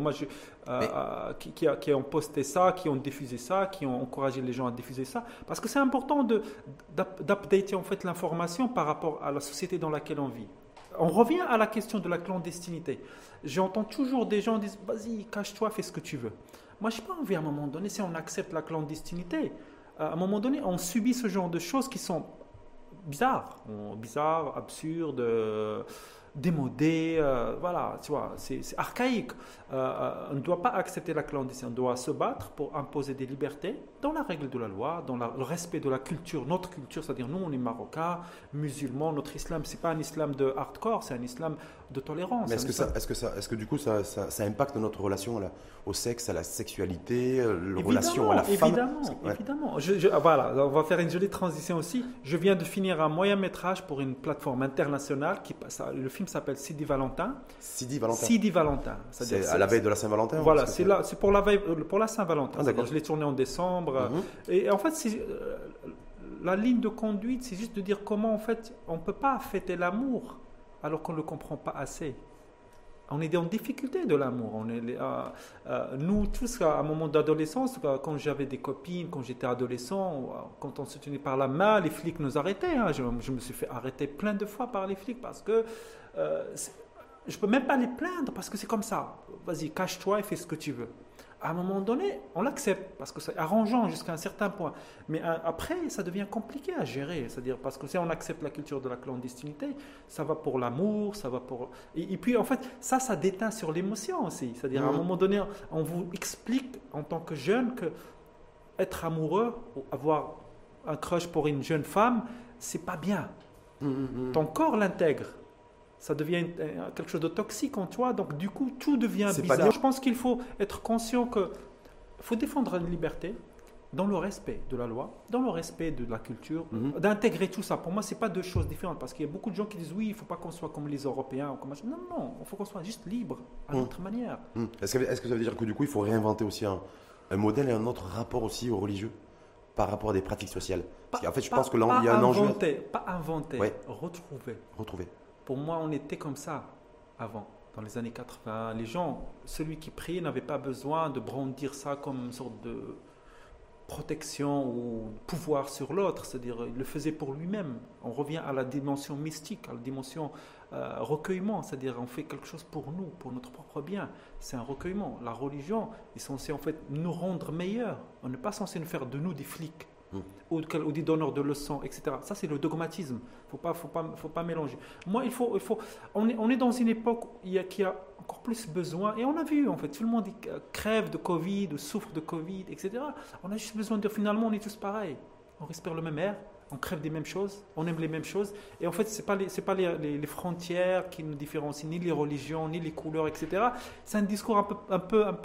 ont posté ça, qui ont diffusé ça, qui ont encouragé les gens à diffuser ça. Parce que c'est important d'updater en fait l'information par rapport à la société dans laquelle on vit. On revient à la question de la clandestinité. J'entends toujours des gens dire « Vas-y, cache-toi, fais ce que tu veux ». Moi, je n'ai pas envie à un moment donné, si on accepte la clandestinité, à un moment donné, on subit ce genre de choses qui sont bizarres, absurdes, démodées, voilà, tu vois, c'est archaïque. On ne doit pas accepter la clandestinité, on doit se battre pour imposer des libertés dans la règle de la loi, dans le respect de la culture, notre culture, c'est-à-dire nous, on est marocains, musulmans, notre islam, c'est pas un islam de hardcore, c'est un islam de tolérance. Mais est-ce que du coup ça impacte notre relation au sexe, à la sexualité, la relation à la femme? Évidemment. Voilà, on va faire une jolie transition aussi. Je viens de finir un moyen métrage pour une plateforme internationale. Le film s'appelle Sidi Valentin. Sidi Valentin. C'est à la veille de la Saint-Valentin. Voilà, c'est pour la Saint-Valentin. Je l'ai tourné en décembre. Et en fait, la ligne de conduite, c'est juste de dire comment en fait on peut pas fêter l'amour alors qu'on ne le comprend pas assez. On est en difficulté de l'amour. Nous tous, à un moment d'adolescence, quand j'avais des copines, quand j'étais adolescent, quand on se tenait par la main, les flics nous arrêtaient. Je me suis fait arrêter plein de fois par les flics parce que je ne peux même pas les plaindre parce que c'est comme ça. Vas-y, cache-toi et fais ce que tu veux. À un moment donné, on l'accepte parce que c'est arrangeant jusqu'à un certain point. Mais après, ça devient compliqué à gérer. C'est-à-dire parce que si on accepte la culture de la clandestinité, ça va pour l'amour, ça va pour... Et puis, en fait, ça déteint sur l'émotion aussi. C'est-à-dire, à un moment donné, on vous explique en tant que jeune que être amoureux ou avoir un crush pour une jeune femme, c'est pas bien. Ton corps l'intègre. Ça devient quelque chose de toxique en toi, donc du coup, tout devient bizarre. Je pense qu'il faut être conscient qu'il faut défendre la liberté dans le respect de la loi, dans le respect de la culture, d'intégrer tout ça. Pour moi, ce n'est pas deux choses différentes, parce qu'il y a beaucoup de gens qui disent oui, il ne faut pas qu'on soit comme les Européens. Ou comme... Non, il faut qu'on soit juste libre, à notre manière. Est-ce que ça veut dire que du coup, il faut réinventer aussi un modèle et un autre rapport aussi aux religieux par rapport à des pratiques sociales? Parce qu'en fait, je pense que là, il y a un enjeu. Pas inventer, retrouver. Pour moi, on était comme ça avant, dans les années 80. Les gens, celui qui priait n'avait pas besoin de brandir ça comme une sorte de protection ou pouvoir sur l'autre. C'est-à-dire, il le faisait pour lui-même. On revient à la dimension mystique, à la dimension recueillement. C'est-à-dire, on fait quelque chose pour nous, pour notre propre bien. C'est un recueillement. La religion est censée en fait nous rendre meilleurs. On n'est pas censé nous faire de nous des flics. Ou des donneurs de leçons, etc. Ça, c'est le dogmatisme. Faut pas mélanger. Moi, on est dans une époque qui a encore plus besoin, et on a vu, en fait, tout le monde crève de Covid, ou souffre de Covid, etc. On a juste besoin de dire, finalement, on est tous pareils. On respire le même air, on crève des mêmes choses, on aime les mêmes choses. Et en fait, ce n'est pas les frontières qui nous différencient, ni les religions, ni les couleurs, etc. C'est un discours un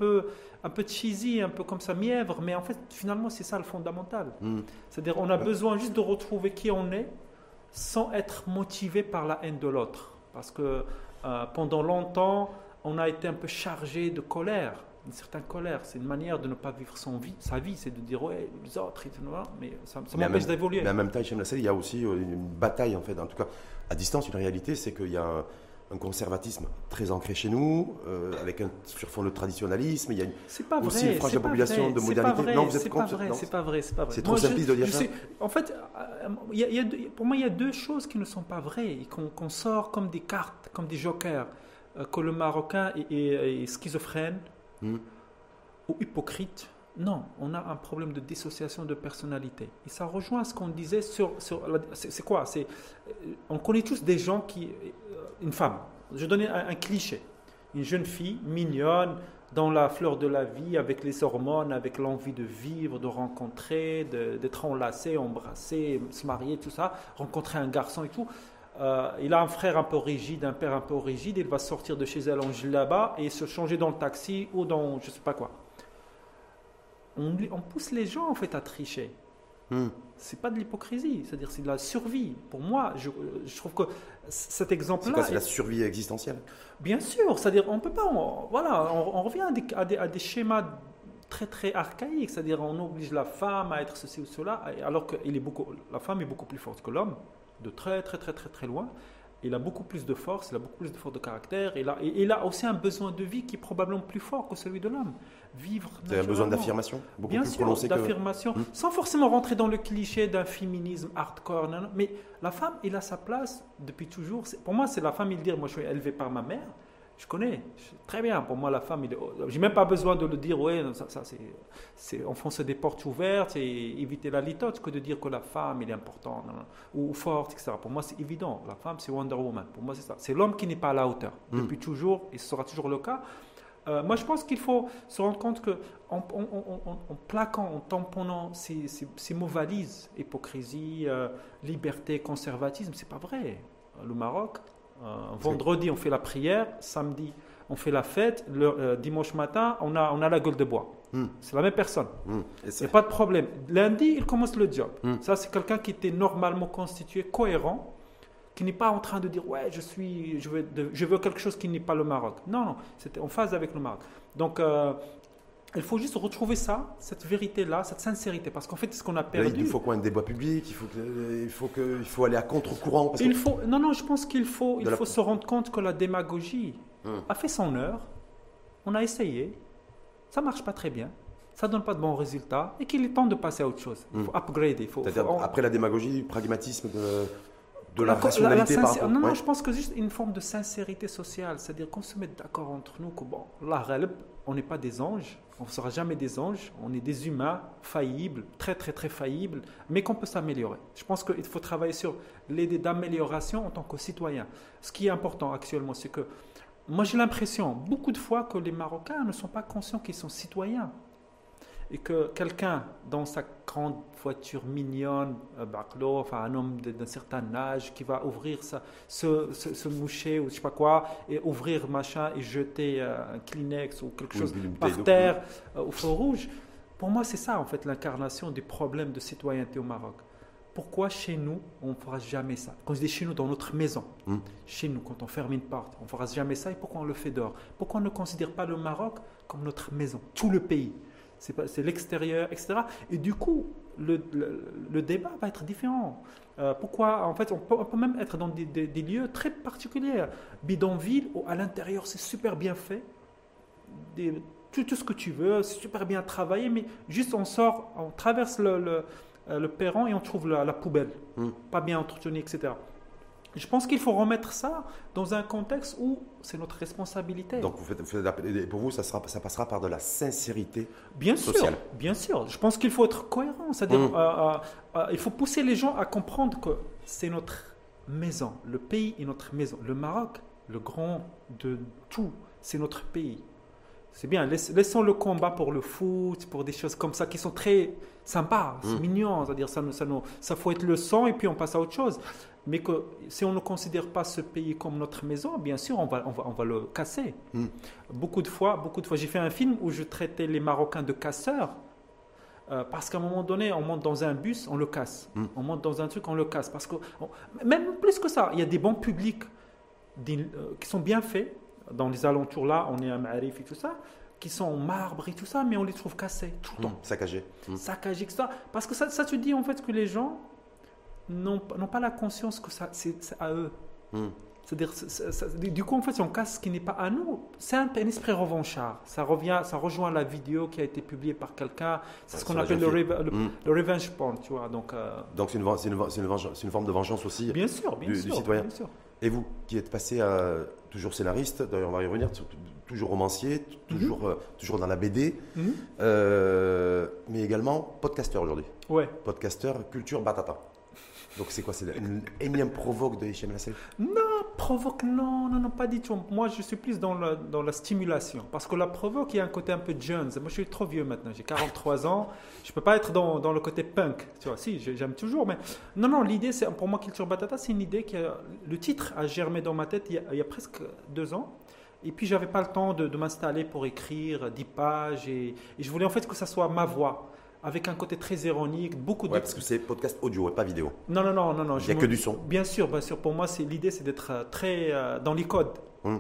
peu cheesy, un peu comme ça, mièvre, mais en fait, finalement, c'est ça le fondamental. C'est-à-dire, on a besoin juste de retrouver qui on est sans être motivé par la haine de l'autre. Parce que pendant longtemps, on a été un peu chargé de colère, une certaine colère. C'est une manière de ne pas vivre sa vie, c'est de dire, ouais, les autres, mais ça m'empêche d'évoluer. Mais en même temps, Hichem Lassel, il y a aussi une bataille, en fait, en tout cas, à distance, une réalité, c'est qu'il y a un conservatisme très ancré chez nous, avec un surfond de traditionnalisme. Il y a aussi une frange de la population de modernité. Non, vous êtes contre. C'est pas vrai. C'est trop simpliste de dire ça. En fait, pour moi, il y a deux choses qui ne sont pas vraies et qu'on sort comme des cartes, comme des jokers, que le Marocain est schizophrène ou hypocrite. Non, on a un problème de dissociation de personnalité. Et ça rejoint ce qu'on disait c'est quoi? On connaît tous des gens une femme, je donnais un cliché, une jeune fille mignonne, dans la fleur de la vie, avec les hormones, avec l'envie de vivre, de rencontrer, d'être enlacée, embrassée, se marier, tout ça, rencontrer un garçon et tout. Il a un frère un peu rigide, un père un peu rigide, il va sortir de chez elle en djellaba et se changer dans le taxi ou dans je ne sais pas quoi. On pousse les gens en fait à tricher. C'est pas de l'hypocrisie, c'est-à-dire c'est de la survie. Pour moi, je trouve que cet exemple-là... C'est la survie existentielle. Bien sûr, c'est-à-dire on peut pas... On revient à des schémas très très archaïques, c'est-à-dire on oblige la femme à être ceci ou cela, alors que la femme est beaucoup plus forte que l'homme, de très très très très très loin. Il a beaucoup plus de force, il a beaucoup plus de force de caractère, et il a aussi un besoin de vie qui est probablement plus fort que celui de l'homme. Vivre naturellement. Un besoin d'affirmation, beaucoup bien plus sûr, prononcé d'affirmation, sans forcément rentrer dans le cliché d'un féminisme hardcore. Non, mais la femme, elle a sa place depuis toujours. Pour moi, c'est la femme, il dit, moi je suis élevé par ma mère, je connais, très bien. Pour moi, la femme, j'ai même pas besoin de le dire, ouais, ça c'est enfoncer des portes ouvertes et éviter la litote que de dire que la femme, elle est importante ou forte, etc. Pour moi, c'est évident. La femme, c'est Wonder Woman. Pour moi, c'est ça. C'est l'homme qui n'est pas à la hauteur depuis toujours et ce sera toujours le cas. Moi, je pense qu'il faut se rendre compte qu'en plaquant, en tamponnant ces mots valises, hypocrisie, liberté, conservatisme, c'est pas vrai. Le Maroc, vendredi, on fait la prière, samedi, on fait la fête, dimanche matin, on a la gueule de bois. C'est la même personne. Il n'y a pas de problème. Lundi, il commence le job. Ça, c'est quelqu'un qui était normalement constitué, cohérent, qui n'est pas en train de dire ouais, je veux quelque chose qui n'est pas le Maroc. Non, c'était en phase avec le Maroc. Donc, il faut juste retrouver ça, cette vérité-là, cette sincérité, parce qu'en fait, c'est ce qu'on a perdu. Là, il faut quoi, un débat public? Il faut aller à contre-courant. Je pense qu'il faut se rendre compte que la démagogie a fait son heure. On a essayé, ça marche pas très bien, ça donne pas de bons résultats, et qu'il est temps de passer à autre chose. Il faut upgrader. C'est-à-dire après la démagogie, du pragmatisme de la rationalité par rapport. Non, je pense que juste une forme de sincérité sociale, c'est-à-dire qu'on se mette d'accord entre nous que bon, la ghalb, on n'est pas des anges, on ne sera jamais des anges, on est des humains faillibles, très très très faillibles, mais qu'on peut s'améliorer. Je pense qu'il faut travailler sur l'idée d'amélioration en tant que citoyen. Ce qui est important actuellement, c'est que moi j'ai l'impression beaucoup de fois que les Marocains ne sont pas conscients qu'ils sont citoyens. Et que quelqu'un dans sa grande voiture mignonne, enfin un homme d'un certain âge qui va ouvrir se moucher ou je sais pas quoi, et ouvrir machin et jeter un Kleenex ou quelque chose par terre au feu rouge, pour moi c'est ça en fait l'incarnation des problèmes de citoyenneté au Maroc. Pourquoi chez nous on ne fera jamais ça? Quand je dis chez nous, dans notre maison, chez nous quand on ferme une porte, on ne fera jamais ça, et pourquoi on le fait dehors? Pourquoi on ne considère pas le Maroc comme notre maison, tout le pays? C'est l'extérieur, etc. Et du coup, le débat va être différent. Pourquoi? En fait, on peut même être dans des lieux très particuliers. Bidonville, où à l'intérieur, c'est super bien fait. Tout ce que tu veux, c'est super bien travaillé, mais juste on sort, on traverse le perron et on trouve la poubelle. Pas bien entretenue, etc. Je pense qu'il faut remettre ça dans un contexte où c'est notre responsabilité. Donc, pour vous, ça passera par de la sincérité bien sociale. Sûr, bien sûr. Je pense qu'il faut être cohérent. C'est-à-dire, il faut pousser les gens à comprendre que c'est notre maison. Le pays est notre maison. Le Maroc, le grand de tout, c'est notre pays. C'est bien. Laissons le combat pour le foot, pour des choses comme ça qui sont très sympas, c'est mignon. C'est-à-dire, ça faut être le sang et puis on passe à autre chose. Mais que si on ne considère pas ce pays comme notre maison, bien sûr, on va le casser. Beaucoup de fois, j'ai fait un film où je traitais les Marocains de casseurs, parce qu'à un moment donné, on monte dans un bus, on le casse. On monte dans un truc, on le casse. Parce que, même plus que ça, il y a des bancs publics qui sont bien faits. Dans les alentours là, on est à Ma'arif et tout ça, qui sont en marbre et tout ça, mais on les trouve cassés tout le temps. Saccagés. Saccagés, etc. Parce que ça te dit en fait que les gens n'ont pas la conscience que c'est à eux. C'est-à-dire, du coup, en fait, si on casse ce qui n'est pas à nous, c'est un esprit revanchard. Ça rejoint la vidéo qui a été publiée par quelqu'un. C'est ce qu'on appelle le revenge porn, tu vois. Donc c'est une forme de vengeance aussi bien sûr, du citoyen. Bien sûr. Et vous, qui êtes passé à toujours scénariste, d'ailleurs on va y revenir, toujours romancier, toujours dans la BD, mais également podcasteur aujourd'hui. Ouais. Podcasteur Culture Batata. Donc c'est quoi? C'est une énième provoque de Hichem Elassel? Non, provoque, non, pas du tout. Moi, je suis plus dans la stimulation. Parce que la provoque, il y a un côté un peu Jones. Moi, je suis trop vieux maintenant, j'ai 43 ans. Je ne peux pas être dans le côté punk. Tu vois, si, j'aime toujours. Mais non, l'idée, c'est, pour moi, Culture Batata, c'est une idée le titre a germé dans ma tête il y a presque 2 ans. Et puis, je n'avais pas le temps de m'installer pour écrire 10 pages. Et je voulais en fait que ça soit ma voix, avec un côté très ironique, beaucoup de... Ouais, parce que c'est podcast audio et pas vidéo. Non. Il n'y a que du son. Bien sûr. Pour moi, l'idée, c'est d'être très dans les codes.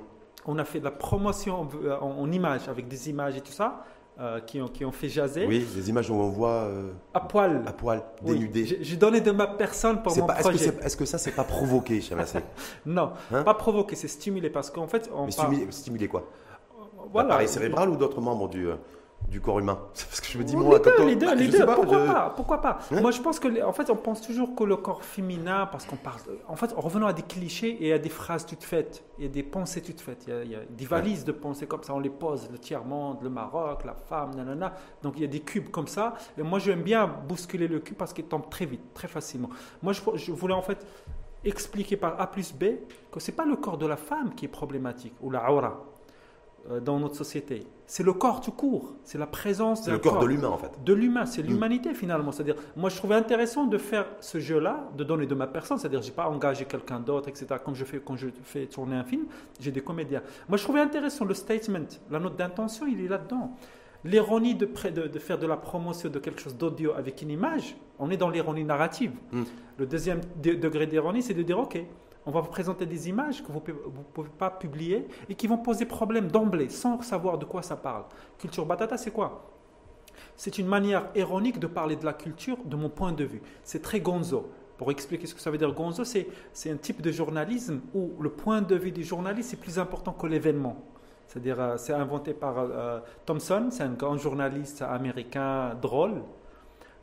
On a fait de la promotion en images, avec des images et tout ça, qui ont fait jaser. Oui, des images où on voit... à poil, dénudé. Oui. J'ai donné de ma personne pour mon projet. Est-ce que ça, c'est pas provoqué, Non, pas provoqué, c'est stimulé, parce qu'en fait... Stimuler quoi? Voilà. L'appareil cérébral ou d'autres membres du corps humain? Parce que je me dis, les deux. Pourquoi pas Moi, je pense en fait, on pense toujours que le corps féminin, parce qu'on parle... En fait, revenons à des clichés et à des phrases toutes faites, et des pensées toutes faites. Il y a des valises de pensées comme ça, on les pose, le tiers-monde, le Maroc, la femme, nanana. Donc, il y a des cubes comme ça. Et moi, j'aime bien bousculer le cube parce qu'il tombe très vite, très facilement. Moi, je voulais en fait expliquer par A plus B que ce n'est pas le corps de la femme qui est problématique, ou la aura, dans notre société. C'est le corps tout court, c'est la présence d'un corps. C'est le corps de l'humain en fait. De l'humain, c'est l'humanité finalement. C'est-à-dire, moi je trouvais intéressant de faire ce jeu-là, de donner de ma personne, c'est-à-dire je n'ai pas engagé quelqu'un d'autre, etc. Comme quand je fais tourner un film, j'ai des comédiens. Moi je trouvais intéressant le statement, la note d'intention, il est là-dedans. L'ironie de faire de la promotion de quelque chose d'audio avec une image, on est dans l'ironie narrative. Le deuxième degré d'ironie, c'est de dire, ok, on va vous présenter des images que vous ne pouvez pas publier et qui vont poser problème d'emblée, sans savoir de quoi ça parle. Culture Batata, c'est quoi? C'est une manière ironique de parler de la culture de mon point de vue. C'est très gonzo. Pour expliquer ce que ça veut dire gonzo, c'est un type de journalisme où le point de vue du journaliste est plus important que l'événement. C'est-à-dire, c'est inventé par Thompson, c'est un grand journaliste américain drôle.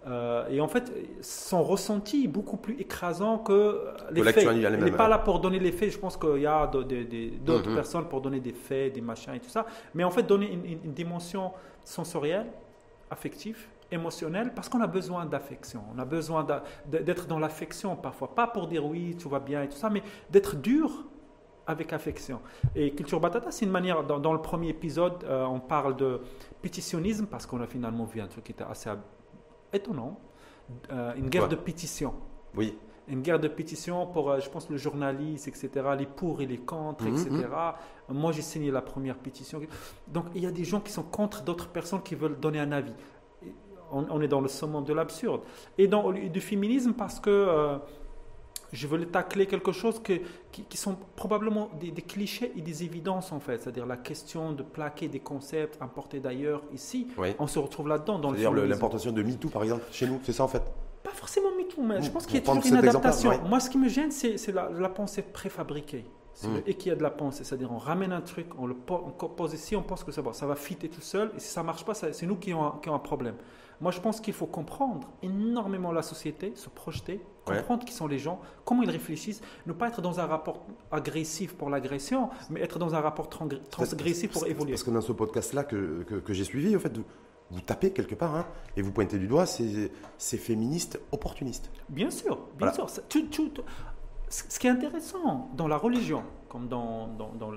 Et en fait, son ressenti est beaucoup plus écrasant que les faits. Lecture, Il n'est pas là pour donner les faits. Je pense qu'il y a d'autres personnes pour donner des faits, des machins et tout ça. Mais en fait, donner une dimension sensorielle, affective, émotionnelle, parce qu'on a besoin d'affection. On a besoin d'être dans l'affection parfois. Pas pour dire oui, tout va bien et tout ça, mais d'être dur avec affection. Et Culture Batata, c'est une manière, dans le premier épisode, on parle de pétitionnisme, parce qu'on a finalement vu un truc qui était assez étonnant, une guerre de pétition. Oui. Une guerre de pétition pour, je pense, le journaliste, etc., les pour et les contre, etc. Moi, j'ai signé la première pétition. Donc, il y a des gens qui sont contre d'autres personnes qui veulent donner un avis. On est dans le summum de l'absurde. Et dans du féminisme, parce que je voulais tacler quelque chose qui sont probablement des clichés et des évidences, en fait. C'est-à-dire la question de plaquer des concepts importés d'ailleurs ici. Oui. On se retrouve là-dedans. C'est-à-dire l'importation de MeToo, par exemple, chez nous, c'est ça en fait? Pas forcément MeToo, mais je pense qu'il y a toujours une adaptation. Moi, ce qui me gêne, c'est la pensée préfabriquée. Et qu'il y a de la pensée, c'est-à-dire on ramène un truc, on pose ici, on pense que ça va fitter tout seul, et si ça ne marche pas, c'est nous qui avons un problème. Moi, je pense qu'il faut comprendre énormément la société, se projeter, comprendre qui sont les gens, comment ils réfléchissent, ne pas être dans un rapport agressif pour l'agression, mais être dans un rapport transgressif pour évoluer. Parce que dans ce podcast-là que j'ai suivi, en fait, vous tapez quelque part et vous pointez du doigt ces féministes opportunistes. Bien sûr, bien sûr. Ce qui est intéressant dans la religion, comme dans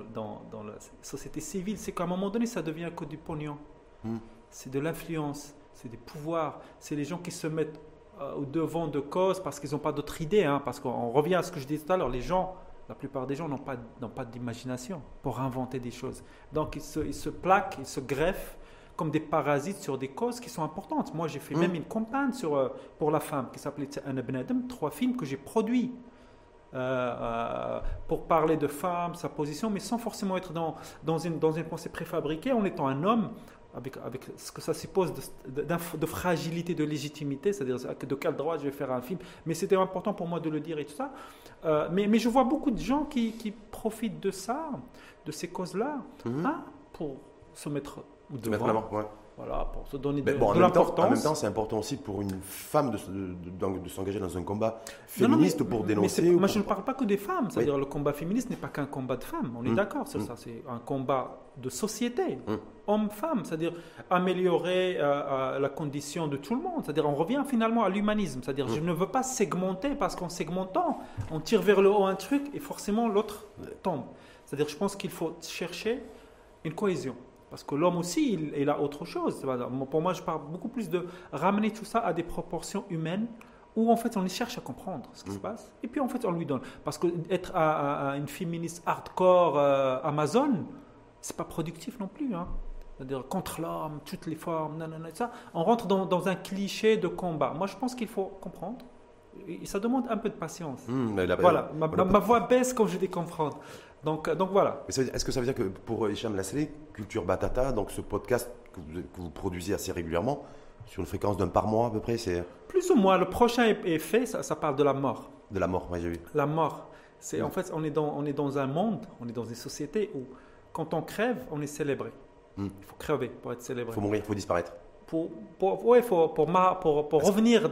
la société civile, c'est qu'à un moment donné, ça devient que du pognon. C'est de l'influence, c'est des pouvoirs, c'est les gens qui se mettent au devant de cause parce qu'ils n'ont pas d'autre idée. Parce qu'on revient à ce que je disais tout à l'heure, la plupart des gens n'ont pas d'imagination pour inventer des choses. Donc ils se plaquent, ils se greffent comme des parasites sur des causes qui sont importantes. Moi, j'ai fait même une campagne pour la femme qui s'appelait Ana Ben Adam, 3 films que j'ai produits. Pour parler de femme, sa position, mais sans forcément être dans une pensée préfabriquée, en étant un homme, avec ce que ça suppose de fragilité, de légitimité, c'est-à-dire de quel droit je vais faire un film. Mais c'était important pour moi de le dire et tout ça. Mais je vois beaucoup de gens qui profitent de ça, de ces causes-là, pour se mettre devant. Voilà, pour se donner de l'importance. En même temps, c'est important aussi pour une femme de s'engager dans un combat féministe pour dénoncer. Moi, je ne parle pas que des femmes. C'est-à-dire le combat féministe n'est pas qu'un combat de femmes. On est d'accord sur ça. C'est un combat de société, homme-femme. C'est-à-dire améliorer la condition de tout le monde. C'est-à-dire on revient finalement à l'humanisme. C'est-à-dire je ne veux pas segmenter parce qu'en segmentant, on tire vers le haut un truc et forcément l'autre tombe. C'est-à-dire je pense qu'il faut chercher une cohésion. Parce que l'homme aussi, il a autre chose. Pour moi, je parle beaucoup plus de ramener tout ça à des proportions humaines où en fait on cherche à comprendre ce qui se passe et puis en fait on lui donne. Parce que être une féministe hardcore Amazon, c'est pas productif non plus. C'est-à-dire contre l'homme, toutes les formes, ça. On rentre dans un cliché de combat. Moi, je pense qu'il faut comprendre. Et ça demande un peu de patience. Voilà, ma voix baisse quand je dis comprendre. Donc voilà. Est-ce que ça veut dire que pour Hicham Lasselé, Culture Batata, donc ce podcast que vous produisez assez régulièrement, sur une fréquence d'un par mois à peu près, c'est... Plus ou moins. Le prochain est fait, ça parle de la mort. De la mort, oui, j'ai vu. La mort. En fait, on est dans un monde, on est dans une société où quand on crève, on est célébré. Il faut crever pour être célébré. Il faut mourir, il faut disparaître. Pour revenir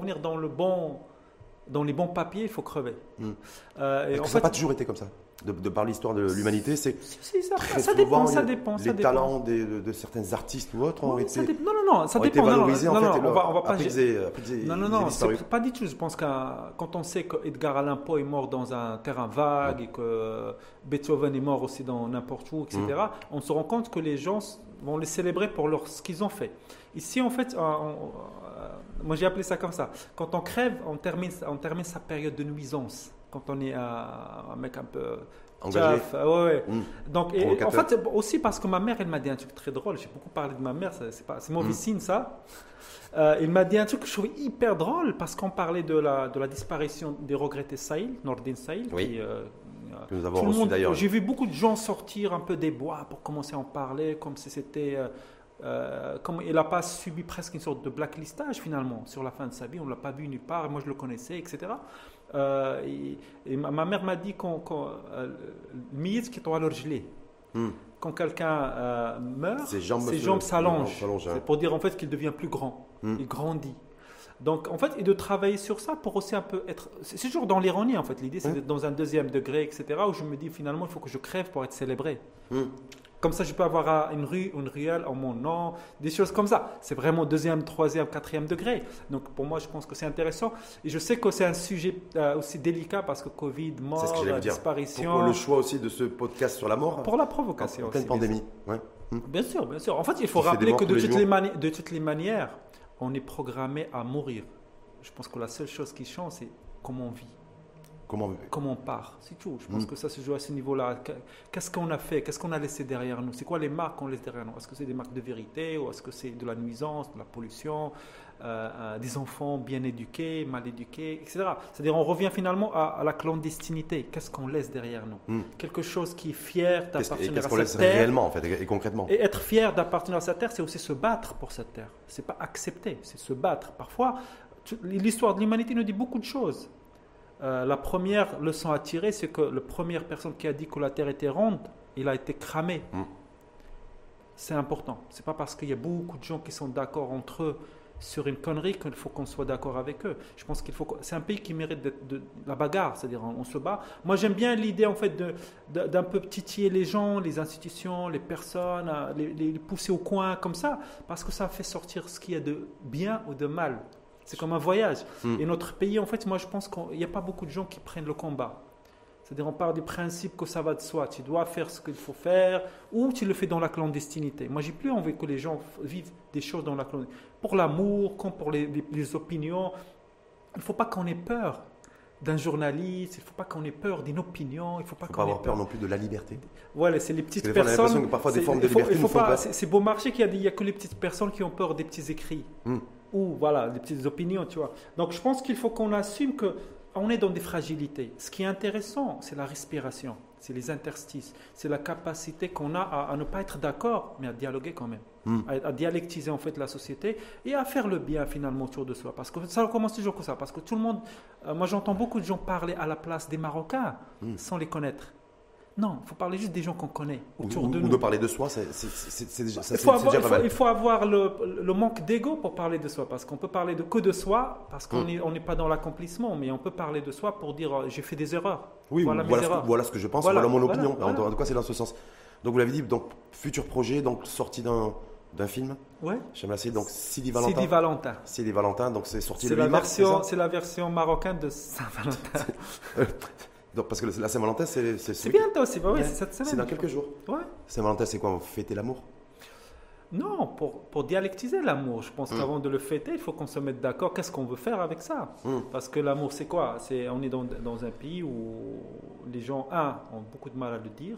dans les bons papiers, il faut crever. Est-ce que ça n'a pas toujours été comme ça? De par l'histoire de l'humanité, c'est ça dépend. Les talents de certains artistes ou autres ont été valorisés en fait. On va pas non, c'est pas du tout. Je pense que quand on sait qu'Edgar Allan Poe est mort dans un terrain vague et que Beethoven est mort aussi dans n'importe où, etc., on se rend compte que les gens vont les célébrer pour ce qu'ils ont fait. Ici, en fait, moi j'ai appelé ça comme ça. Quand on crève, on termine sa période de nuisance. Quand on est un mec un peu engagé. Donc, en fait, aussi parce que ma mère, elle m'a dit un truc très drôle. J'ai beaucoup parlé de ma mère, c'est mauvais signe ça. Elle m'a dit un truc que je trouvais hyper drôle parce qu'on parlait de la disparition des regrettés Saïl, Nordin Saïl. Oui. Que nous avons reçu d'ailleurs. J'ai vu beaucoup de gens sortir un peu des bois pour commencer à en parler, comme si c'était. Comme il n'a pas subi presque une sorte de blacklistage finalement sur la fin de sa vie, on ne l'a pas vu nulle part, et moi je le connaissais, etc. Et ma mère m'a dit le qui est alors gelé. Quand quelqu'un meurt, ses jambes s'allongent. C'est pour dire en fait qu'il devient plus grand, il grandit. Donc, en fait, et de travailler sur ça pour aussi un peu être... C'est toujours dans l'ironie, en fait. L'idée, c'est d'être dans un deuxième degré, etc., où je me dis, finalement, il faut que je crève pour être célébré. Comme ça, je peux avoir une ruelle en mon nom, des choses comme ça. C'est vraiment deuxième, troisième, quatrième degré. Donc, pour moi, je pense que c'est intéressant. Et je sais que c'est un sujet aussi délicat parce que Covid, mort, disparition. Pour le choix aussi de ce podcast sur la mort. Pour la provocation. En pleine pandémie. Bien sûr, bien sûr. En fait, il faut rappeler que de toutes les manières, on est programmé à mourir. Je pense que la seule chose qui change, c'est comment on vit. Comment on part, c'est tout. Je pense que ça se joue à ce niveau-là. Qu'est-ce qu'on a fait? Qu'est-ce qu'on a laissé derrière nous? C'est quoi les marques qu'on laisse derrière nous? Est-ce que c'est des marques de vérité ou est-ce que c'est de la nuisance, de la pollution, des enfants bien éduqués, mal éduqués, etc. C'est-à-dire on revient finalement à la clandestinité. Qu'est-ce qu'on laisse derrière nous? Quelque chose qui est fier d'appartenir à cette terre. Qu'est-ce qu'on laisse réellement en fait et concrètement? Et être fier d'appartenir à cette terre, c'est aussi se battre pour cette terre. C'est pas accepter, c'est se battre. Parfois, l'histoire de l'humanité nous dit beaucoup de choses. La première leçon à tirer, c'est que la première personne qui a dit que la Terre était ronde, il a été cramé. C'est important. C'est pas parce qu'il y a beaucoup de gens qui sont d'accord entre eux sur une connerie qu'il faut qu'on soit d'accord avec eux. Je pense c'est un pays qui mérite de la bagarre, c'est-à-dire on se bat. Moi, j'aime bien l'idée en fait d'un peu titiller les gens, les institutions, les personnes, les pousser au coin comme ça, parce que ça fait sortir ce qu'il y a de bien ou de mal. C'est comme un voyage. Et notre pays, en fait, moi, je pense qu'il n'y a pas beaucoup de gens qui prennent le combat. C'est-à-dire, on part du principe que ça va de soi. Tu dois faire ce qu'il faut faire ou tu le fais dans la clandestinité. Moi, j'ai plus envie que les gens vivent des choses dans la clandestinité. Pour l'amour, comme pour les opinions, il ne faut pas qu'on ait peur d'un journaliste, il ne faut pas qu'on ait peur d'une opinion, il ne faut pas qu'on ait avoir peur non plus de la liberté. Voilà, c'est les petites personnes. On a que parfois des formes de liberté nous font peur. C'est Beaumarchais qui a dit il n'y a que les petites personnes qui ont peur des petits écrits. Ou voilà, des petites opinions, tu vois. Donc je pense qu'il faut qu'on assume qu'on est dans des fragilités. Ce qui est intéressant, c'est la respiration, c'est les interstices, c'est la capacité qu'on a à ne pas être d'accord, mais à dialoguer quand même, à dialectiser en fait la société et à faire le bien finalement autour de soi. Parce que ça commence toujours comme ça, parce que tout le monde, moi j'entends beaucoup de gens parler à la place des Marocains sans les connaître. Non, il faut parler juste des gens qu'on connaît autour de nous. Ou de parler de soi, c'est déjà pas mal. Il faut avoir le manque d'ego pour parler de soi, parce qu'on peut parler que de soi, parce qu'on n'est pas dans l'accomplissement, mais on peut parler de soi pour dire j'ai fait des erreurs. Oui, voilà ce que je pense, voilà mon opinion. En tout cas, c'est dans ce sens. Donc vous l'avez dit, donc futur projet, donc sortie d'un film. Ouais. Donc Sidi Valentin. Sidi Valentin, donc c'est sorti le 8 mars. C'est la version marocaine de Saint-Valentin. Donc, parce que la Saint-Valentin, c'est bientôt, c'est cette semaine. C'est dans quelques jours. Ouais. Saint-Valentin, c'est quoi? Fêter l'amour? Non, pour dialectiser l'amour. Je pense qu'avant de le fêter, il faut qu'on se mette d'accord. Qu'est-ce qu'on veut faire avec ça? Parce que l'amour, c'est quoi? On est dans un pays où les gens, ont beaucoup de mal à le dire.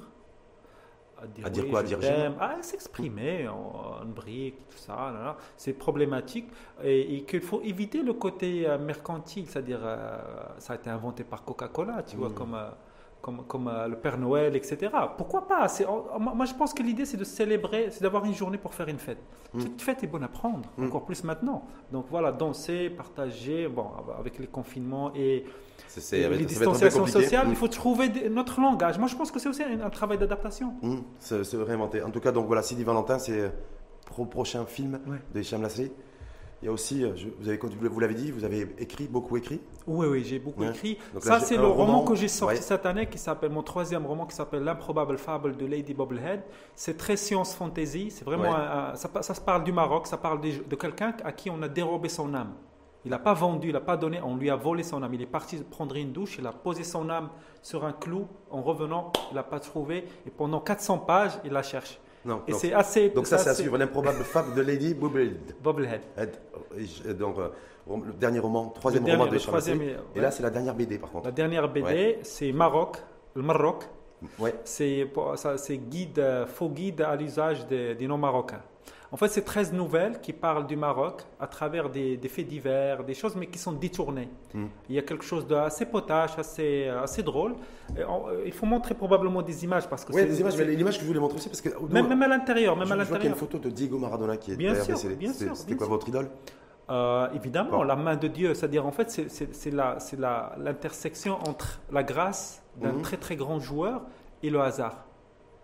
À dire quoi? À dire j'aime. À s'exprimer en brique, tout ça. Là. C'est problématique et qu'il faut éviter le côté mercantile, c'est-à-dire ça a été inventé par Coca-Cola, tu vois, comme le Père Noël, etc. Pourquoi pas? Moi, je pense que l'idée, c'est de célébrer, c'est d'avoir une journée pour faire une fête. Toute fête est bonne à prendre, encore plus maintenant. Donc voilà, danser, partager, avec les confinements et les distanciations sociales, il faut trouver notre langage. Moi, je pense que c'est aussi un travail d'adaptation. Se réinventer. En tout cas, donc voilà, Sidi Valentin, c'est prochain film de Hicham Lasri. Il y a aussi, vous l'avez dit, vous avez beaucoup écrit. Oui, j'ai beaucoup écrit. Donc ça, c'est le roman que j'ai sorti cette année, mon troisième roman qui s'appelle L'improbable fable de Lady Bubblehead. C'est très science fantasy. C'est vraiment, ça se parle du Maroc, ça parle de quelqu'un à qui on a dérobé son âme. Il n'a pas vendu, il n'a pas donné, on lui a volé son âme. Il est parti prendre une douche, il a posé son âme sur un clou. En revenant, il n'a pas trouvé. Et pendant 400 pages, il la cherche. Donc c'est à suivre, L'improbable fable de Lady Bubblehead. Donc, le dernier roman, troisième roman de Hicham Lasri. Et là, c'est la dernière BD, par contre. La dernière BD, c'est le Maroc. C'est faux guide à l'usage des non-marocains. En fait, c'est 13 nouvelles qui parlent du Maroc à travers des faits divers, des choses, mais qui sont détournées. Il y a quelque chose d'assez potache, assez drôle. Il faut montrer probablement des images. Parce que l'image que je voulais montrer aussi, parce que même à l'intérieur. Je vois qu'il y a une photo de Diego Maradona qui est derrière. C'était quoi votre idole? Évidemment, la main de Dieu. C'est-à-dire, en fait, c'est l'intersection entre la grâce d'un très très grand joueur et le hasard.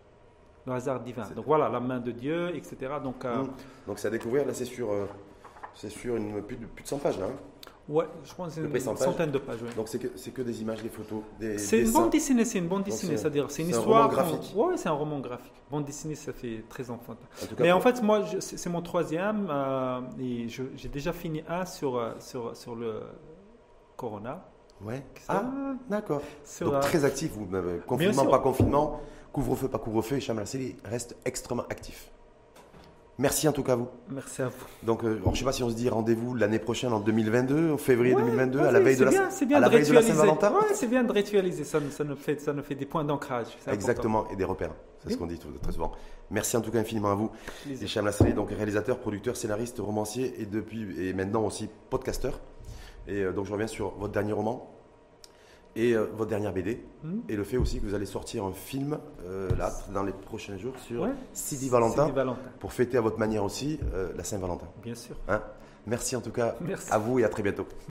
Le hasard divin. Donc voilà, la main de Dieu, etc. Donc c'est à découvrir, là c'est sur C'est sur plus de 100 pages là. Ouais, je pense que c'est une centaine de pages. Ouais. Donc c'est que des images, des photos, des c'est une bande dessinée, c'est-à-dire c'est une histoire. Un roman graphique. Ouais, c'est un roman graphique. Bande dessinée, ça fait très enfantin. Mais en fait, moi, c'est mon troisième et j'ai déjà fini un sur le Corona. Ouais. D'accord. Donc très actif, vous. Confinement, pas confinement, couvre-feu, pas couvre-feu, Hicham El-Asseli reste extrêmement actif. Merci en tout cas à vous. Merci à vous. Donc, je ne sais pas si on se dit rendez-vous l'année prochaine en 2022, en février 2022, à la veille de la Saint-Valentin. Ouais, c'est bien de ritualiser, ça nous fait des points d'ancrage. Exactement, et des repères. C'est ce qu'on dit très souvent. Merci en tout cas infiniment à vous. Hicham El-Asseli, donc réalisateur, producteur, scénariste, romancier et maintenant aussi podcasteur. Et donc je reviens sur votre dernier roman et votre dernière BD et le fait aussi que vous allez sortir un film là dans les prochains jours sur Sidi Valentin pour fêter à votre manière aussi la Saint-Valentin. Bien sûr. Merci en tout cas à vous et à très bientôt.